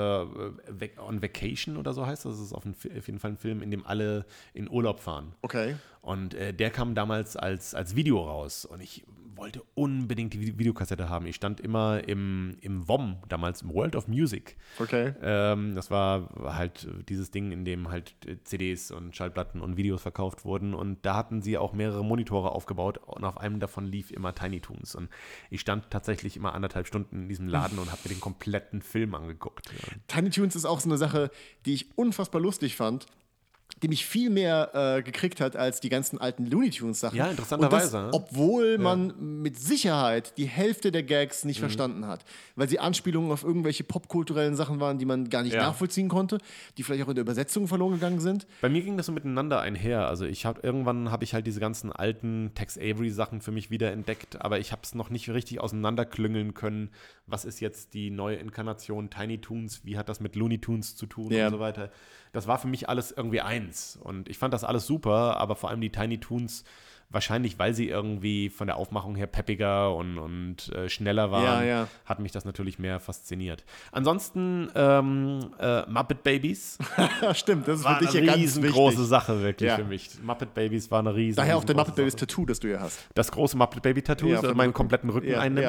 on Vacation oder so heißt das. Das ist auf, ein, auf jeden Fall ein Film, in dem alle in Urlaub fahren. Okay. Und äh, der kam damals als, als Video raus. Und ich wollte unbedingt die Videokassette haben. Ich stand immer im, im W O M, damals im World of Music. Okay. Ähm, das war halt dieses Ding, in dem halt C Ds und Schallplatten und Videos verkauft wurden. Und da hatten sie auch mehrere Monitore aufgebaut. Und auf einem davon lief immer Tiny Toons. Und ich stand tatsächlich immer anderthalb Stunden in diesem Laden und habe mir den kompletten Film angeguckt. Ja. Tiny Toons ist auch so eine Sache, die ich unfassbar lustig fand, die mich viel mehr äh, gekriegt hat als die ganzen alten Looney Tunes Sachen. Ja, interessanterweise. Und das, obwohl man ja. mit Sicherheit die Hälfte der Gags nicht mhm. verstanden hat. Weil sie Anspielungen auf irgendwelche popkulturellen Sachen waren, die man gar nicht ja. nachvollziehen konnte, die vielleicht auch in der Übersetzung verloren gegangen sind. Bei mir ging das so miteinander einher. Also ich hab, irgendwann habe ich halt diese ganzen alten Tex Avery Sachen für mich wieder entdeckt, aber ich habe es noch nicht richtig auseinanderklüngeln können. Was ist jetzt die neue Inkarnation Tiny Toons? Wie hat das mit Looney Tunes zu tun ja. und so weiter? Das war für mich alles irgendwie eins. Und ich fand das alles super, aber vor allem die Tiny Toons, wahrscheinlich, weil sie irgendwie von der Aufmachung her peppiger und, und äh, schneller waren, ja, ja. hat mich das natürlich mehr fasziniert. Ansonsten ähm, äh, Muppet Babies. Stimmt, das ist war für dich eine ja ganz riesengroße wichtig. Sache wirklich ja. für mich. Muppet Babies war eine riesen Daher auch der Muppet Sache. Babies Tattoo, das du hier hast. Das große Muppet Baby Tattoo, ja, das meinen kompletten Rücken ja, einnimmt. Ja.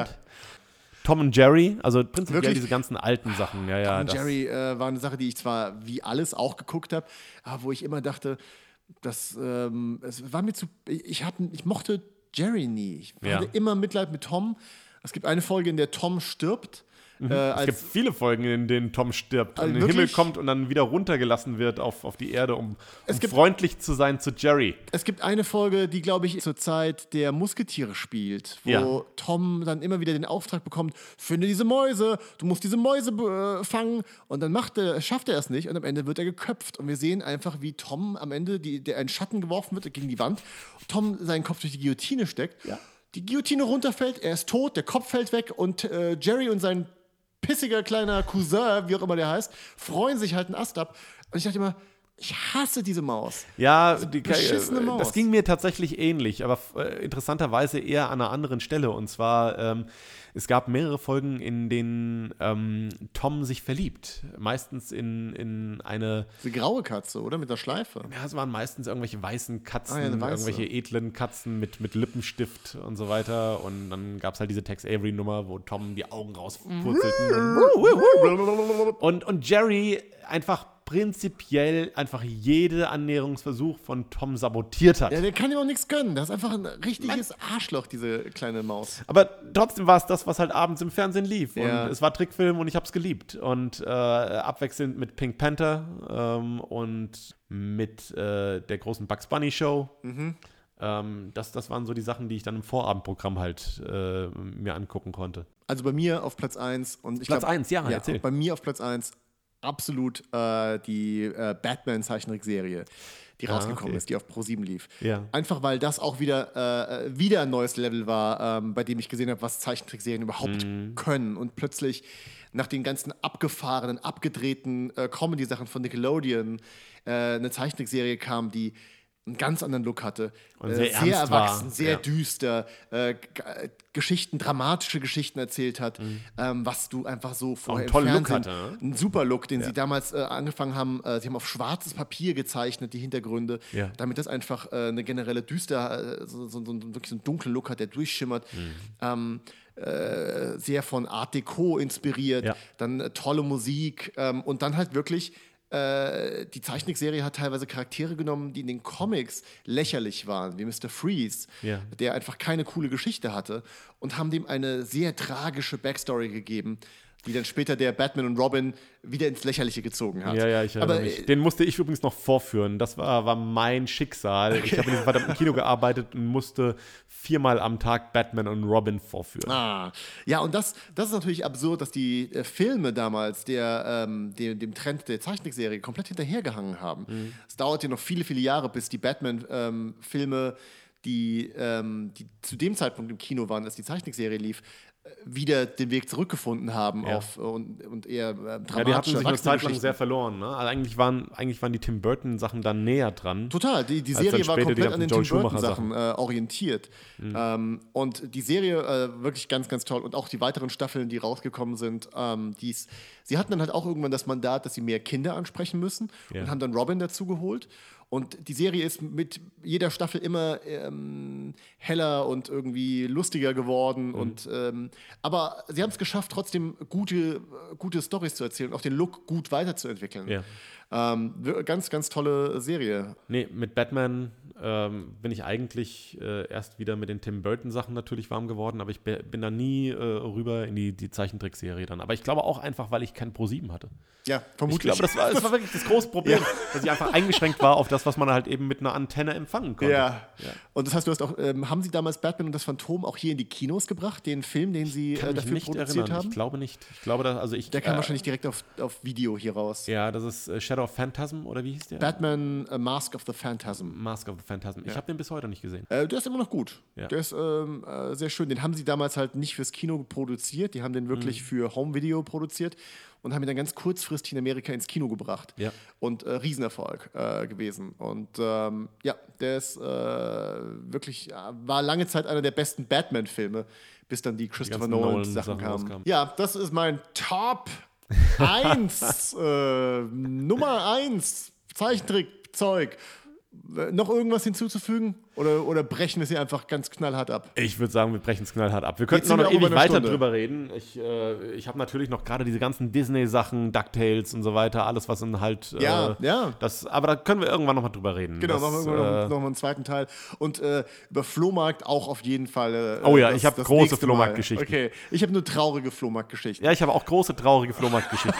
Tom und Jerry, also prinzipiell Wirklich? diese ganzen alten Sachen. Ja, ja, Tom und das Jerry äh, war eine Sache, die ich zwar wie alles auch geguckt habe, aber wo ich immer dachte, das, ähm, es war mir zu, ich, hab, ich mochte Jerry nie. Ich ja. hatte immer Mitleid mit Tom. Es gibt eine Folge, in der Tom stirbt. Mhm. Äh, es als, gibt viele Folgen, in denen Tom stirbt also und in den Himmel kommt und dann wieder runtergelassen wird auf, auf die Erde, um, um gibt, freundlich zu sein zu Jerry. Es gibt eine Folge, die, glaube ich, zur Zeit der Musketiere spielt, wo ja. Tom dann immer wieder den Auftrag bekommt, finde diese Mäuse, du musst diese Mäuse äh, fangen. Und dann macht er, schafft er es nicht und am Ende wird er geköpft. Und wir sehen einfach, wie Tom am Ende, die, der ein Schatten geworfen wird gegen die Wand, Tom seinen Kopf durch die Guillotine steckt, ja. die Guillotine runterfällt, er ist tot, der Kopf fällt weg und äh, Jerry und sein pissiger kleiner Cousin, wie auch immer der heißt, freuen sich halt einen Ast ab. Und ich dachte immer, Ich hasse diese Maus. Ja, die, beschissene Maus. Das ging mir tatsächlich ähnlich, aber äh, interessanterweise eher an einer anderen Stelle. Und zwar, ähm, es gab mehrere Folgen, in denen ähm, Tom sich verliebt. Meistens in, in eine... Diese graue Katze, oder? Mit der Schleife. Ja, es waren meistens irgendwelche weißen Katzen, Ah, ja, eine weiße. irgendwelche edlen Katzen mit, mit Lippenstift und so weiter. Und dann gab es halt diese Tex Avery-Nummer, wo Tom die Augen rauspurzelten. und, und Jerry einfach prinzipiell einfach jede Annäherungsversuch von Tom sabotiert hat. Ja, der kann ihm auch nichts gönnen. Das ist einfach ein richtiges Arschloch, diese kleine Maus. Aber trotzdem war es das, was halt abends im Fernsehen lief. Ja. Und es war Trickfilm und ich habe es geliebt. Und äh, abwechselnd mit Pink Panther ähm, und mit äh, der großen Bugs Bunny Show. Mhm. Ähm, das, das waren so die Sachen, die ich dann im Vorabendprogramm halt äh, mir angucken konnte. Also bei mir auf Platz eins. Und ich Platz glaub, eins, ja, erzähl. Bei mir auf Platz eins absolut äh, die äh, Batman-Zeichentrickserie, die Ah, rausgekommen okay. ist, die auf ProSieben lief. Ja. Einfach weil das auch wieder, äh, wieder ein neues Level war, ähm, bei dem ich gesehen habe, was Zeichentrickserien überhaupt Mhm. können. Und plötzlich nach den ganzen abgefahrenen, abgedrehten äh, Comedy-Sachen von Nickelodeon äh, eine Zeichentrickserie kam, die einen ganz anderen Look hatte. Und Äh, sehr ernst erwachsen, war. sehr Ja. düster, äh, G- äh, Geschichten, dramatische Geschichten erzählt hat, ähm, was du einfach so vorher einen tollen im Look Fernsehen, hatte, ne? ein super Look, den sie damals äh, angefangen haben, äh, sie haben auf schwarzes Papier gezeichnet, die Hintergründe, Ja. damit das einfach äh, eine generelle düster, äh, so, so, so, wirklich so einen dunklen Look hat, der durchschimmert. Ähm, äh, sehr von Art Deco inspiriert, Ja. dann äh, tolle Musik ähm, und dann halt wirklich äh, die Zeichentrickserie hat teilweise Charaktere genommen, die in den Comics lächerlich waren, wie Mister Freeze, Ja. der einfach keine coole Geschichte hatte und haben dem eine sehr tragische Backstory gegeben, die dann später der Batman und Robin wieder ins Lächerliche gezogen hat. Ja, ja, ich erinnere Aber mich. äh, Den musste ich übrigens noch vorführen. Das war, war mein Schicksal. Ich habe in diesem verdammten Kino gearbeitet und musste viermal am Tag Batman und Robin vorführen. Ah, ja, und das, das ist natürlich absurd, dass die äh, Filme damals der, ähm, dem, dem Trend der Zeichentrickserie komplett hinterhergehangen haben. Mhm. Es dauert ja noch viele, viele Jahre, bis die Batman-Filme, die, ähm, die zu dem Zeitpunkt im Kino waren, als die Zeichentrickserie lief, äh, wieder den Weg zurückgefunden haben Ja. auf, äh, und, und eher äh, dramatische Ja, die hatten sich eine Zeit lang Erwachsenengeschichten. sehr verloren. Ne? Also eigentlich, waren, eigentlich waren die Tim Burton-Sachen dann näher dran. Total, die, die Als dann Serie war später die komplett an den ganzen Tim Joel Burton-Sachen äh, orientiert. Ähm, und die Serie äh, wirklich ganz, ganz toll. Und auch die weiteren Staffeln, die rausgekommen sind, ähm, die's, sie hatten dann halt auch irgendwann das Mandat, dass sie mehr Kinder ansprechen müssen Ja. und haben dann Robin dazu geholt. Und die Serie ist mit jeder Staffel immer ähm, heller und irgendwie lustiger geworden. Und, ähm, aber sie haben es geschafft, trotzdem gute, gute Storys zu erzählen und auch den Look gut weiterzuentwickeln. Ja. Ähm, wir- ganz, ganz tolle Serie. Nee, mit Batman ähm, bin ich eigentlich äh, erst wieder mit den Tim Burton-Sachen natürlich warm geworden, aber ich be- bin da nie äh, rüber in die, die Zeichentrickserie dann. Aber ich glaube auch einfach, weil ich kein ProSieben hatte. Ja, Ich vermutlich. glaube, das war, das war wirklich das große Problem, dass ich einfach eingeschränkt war auf das, was man halt eben mit einer Antenne empfangen konnte. Ja. Und das heißt, du hast auch, ähm, haben sie damals Batman und das Phantom auch hier in die Kinos gebracht, den Film, den sie Ich kann äh, mich dafür nicht produziert erinnern. haben? Ich glaube nicht. Ich glaube, dass, also ich, Der kam äh, wahrscheinlich direkt auf, auf Video hier raus. Ja, das ist äh, Shadow of Phantasm, oder wie hieß der? Batman äh, Mask of the Phantasm. Mask of the Phantasm. Ich habe den bis heute nicht gesehen. Äh, der ist immer noch gut. Ja. Der ist ähm, äh, sehr schön. Den haben sie damals halt nicht fürs Kino produziert, die haben den wirklich Mhm. für Home-Video produziert und haben ihn dann ganz kurzfristig in Amerika ins Kino gebracht. Ja. Und äh, Riesenerfolg äh, gewesen. Und ähm, ja, der ist äh, wirklich, äh, war lange Zeit einer der besten Batman-Filme, bis dann die Christopher ganzen Nolan-Sachen Nolan-Sachen kamen. rauskamen. Ja, das ist mein Top eins, äh, Nummer eins Zeichentrickzeug. Äh, Noch irgendwas hinzuzufügen? Oder, oder brechen wir sie einfach ganz knallhart ab? Ich würde sagen, wir brechen es knallhart ab. Wir könnten sind noch, noch wir auch ewig über eine weiter Stunde. drüber reden. Ich, äh, ich habe natürlich noch gerade diese ganzen Disney-Sachen, DuckTales und so weiter, alles, was dann halt. Ja, äh, ja. Das, aber da können wir irgendwann nochmal drüber reden. Genau, das, machen wir noch, äh, noch mal einen zweiten Teil. Und äh, über Flohmarkt auch auf jeden Fall. Äh, Oh ja, das- ich hab das große nächste Mal. Flohmarktgeschichten. Okay, ich habe nur traurige Flohmarktgeschichten. Ja, ich habe auch große, traurige Flohmarktgeschichten.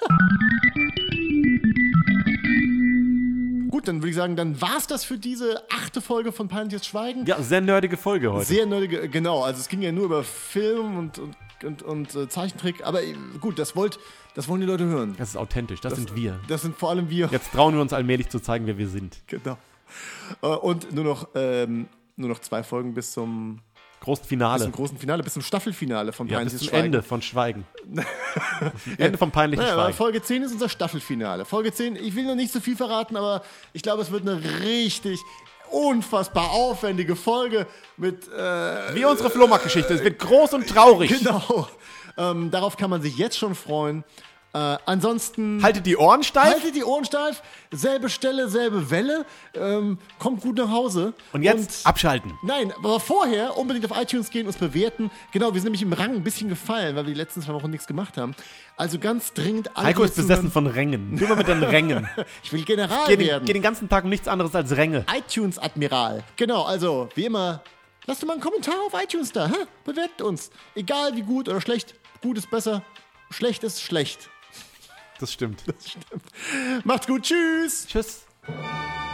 Gut, dann würde ich sagen, dann war es das für diese achte Folge von Peinliches Schweigen. Ja, sehr nerdige Folge heute. Sehr nerdige, genau. Also es ging ja nur über Film und, und, und, und äh, Zeichentrick. Aber äh, gut, das, wollt, das wollen die Leute hören. Das ist authentisch, das, sind wir. Das sind vor allem wir. Jetzt trauen wir uns allmählich zu zeigen, wer wir sind. Genau. Äh, und nur noch, ähm, nur noch zwei Folgen bis zum großen Bis Finale. zum großen Finale, bis zum Staffelfinale von Ja, Peinliches bis zum Schweigen. Ende von Schweigen. Ende vom peinlichen Naja, aber Schweigen. Folge zehn ist unser Staffelfinale. Folge zehn, ich will noch nicht so viel verraten, aber ich glaube, es wird eine richtig unfassbar aufwendige Folge mit, äh, Wie unsere Flohmarktgeschichte. Es wird groß und traurig. genau, ähm, darauf kann man sich jetzt schon freuen. Äh, ansonsten Haltet die Ohren steif. haltet die Ohren steif, selbe Stelle, selbe Welle, ähm, kommt gut nach Hause. Und jetzt abschalten. Nein, aber vorher unbedingt auf iTunes gehen, uns bewerten. Genau, wir sind nämlich im Rang ein bisschen gefallen, weil wir die letzten zwei Wochen nichts gemacht haben. Also ganz dringend alle Heiko ist hier besessen zuhören. von Rängen. Du immer mit deinen Rängen. Ich will General Geh den, werden. geh den ganzen Tag um nichts anderes als Ränge. iTunes-Admiral. Genau, also wie immer, lasst doch mal einen Kommentar auf iTunes da. Hä? Bewertet uns. Egal wie gut oder schlecht. Gut ist besser. Schlecht ist schlecht. Das stimmt. Macht's gut. Tschüss. Tschüss.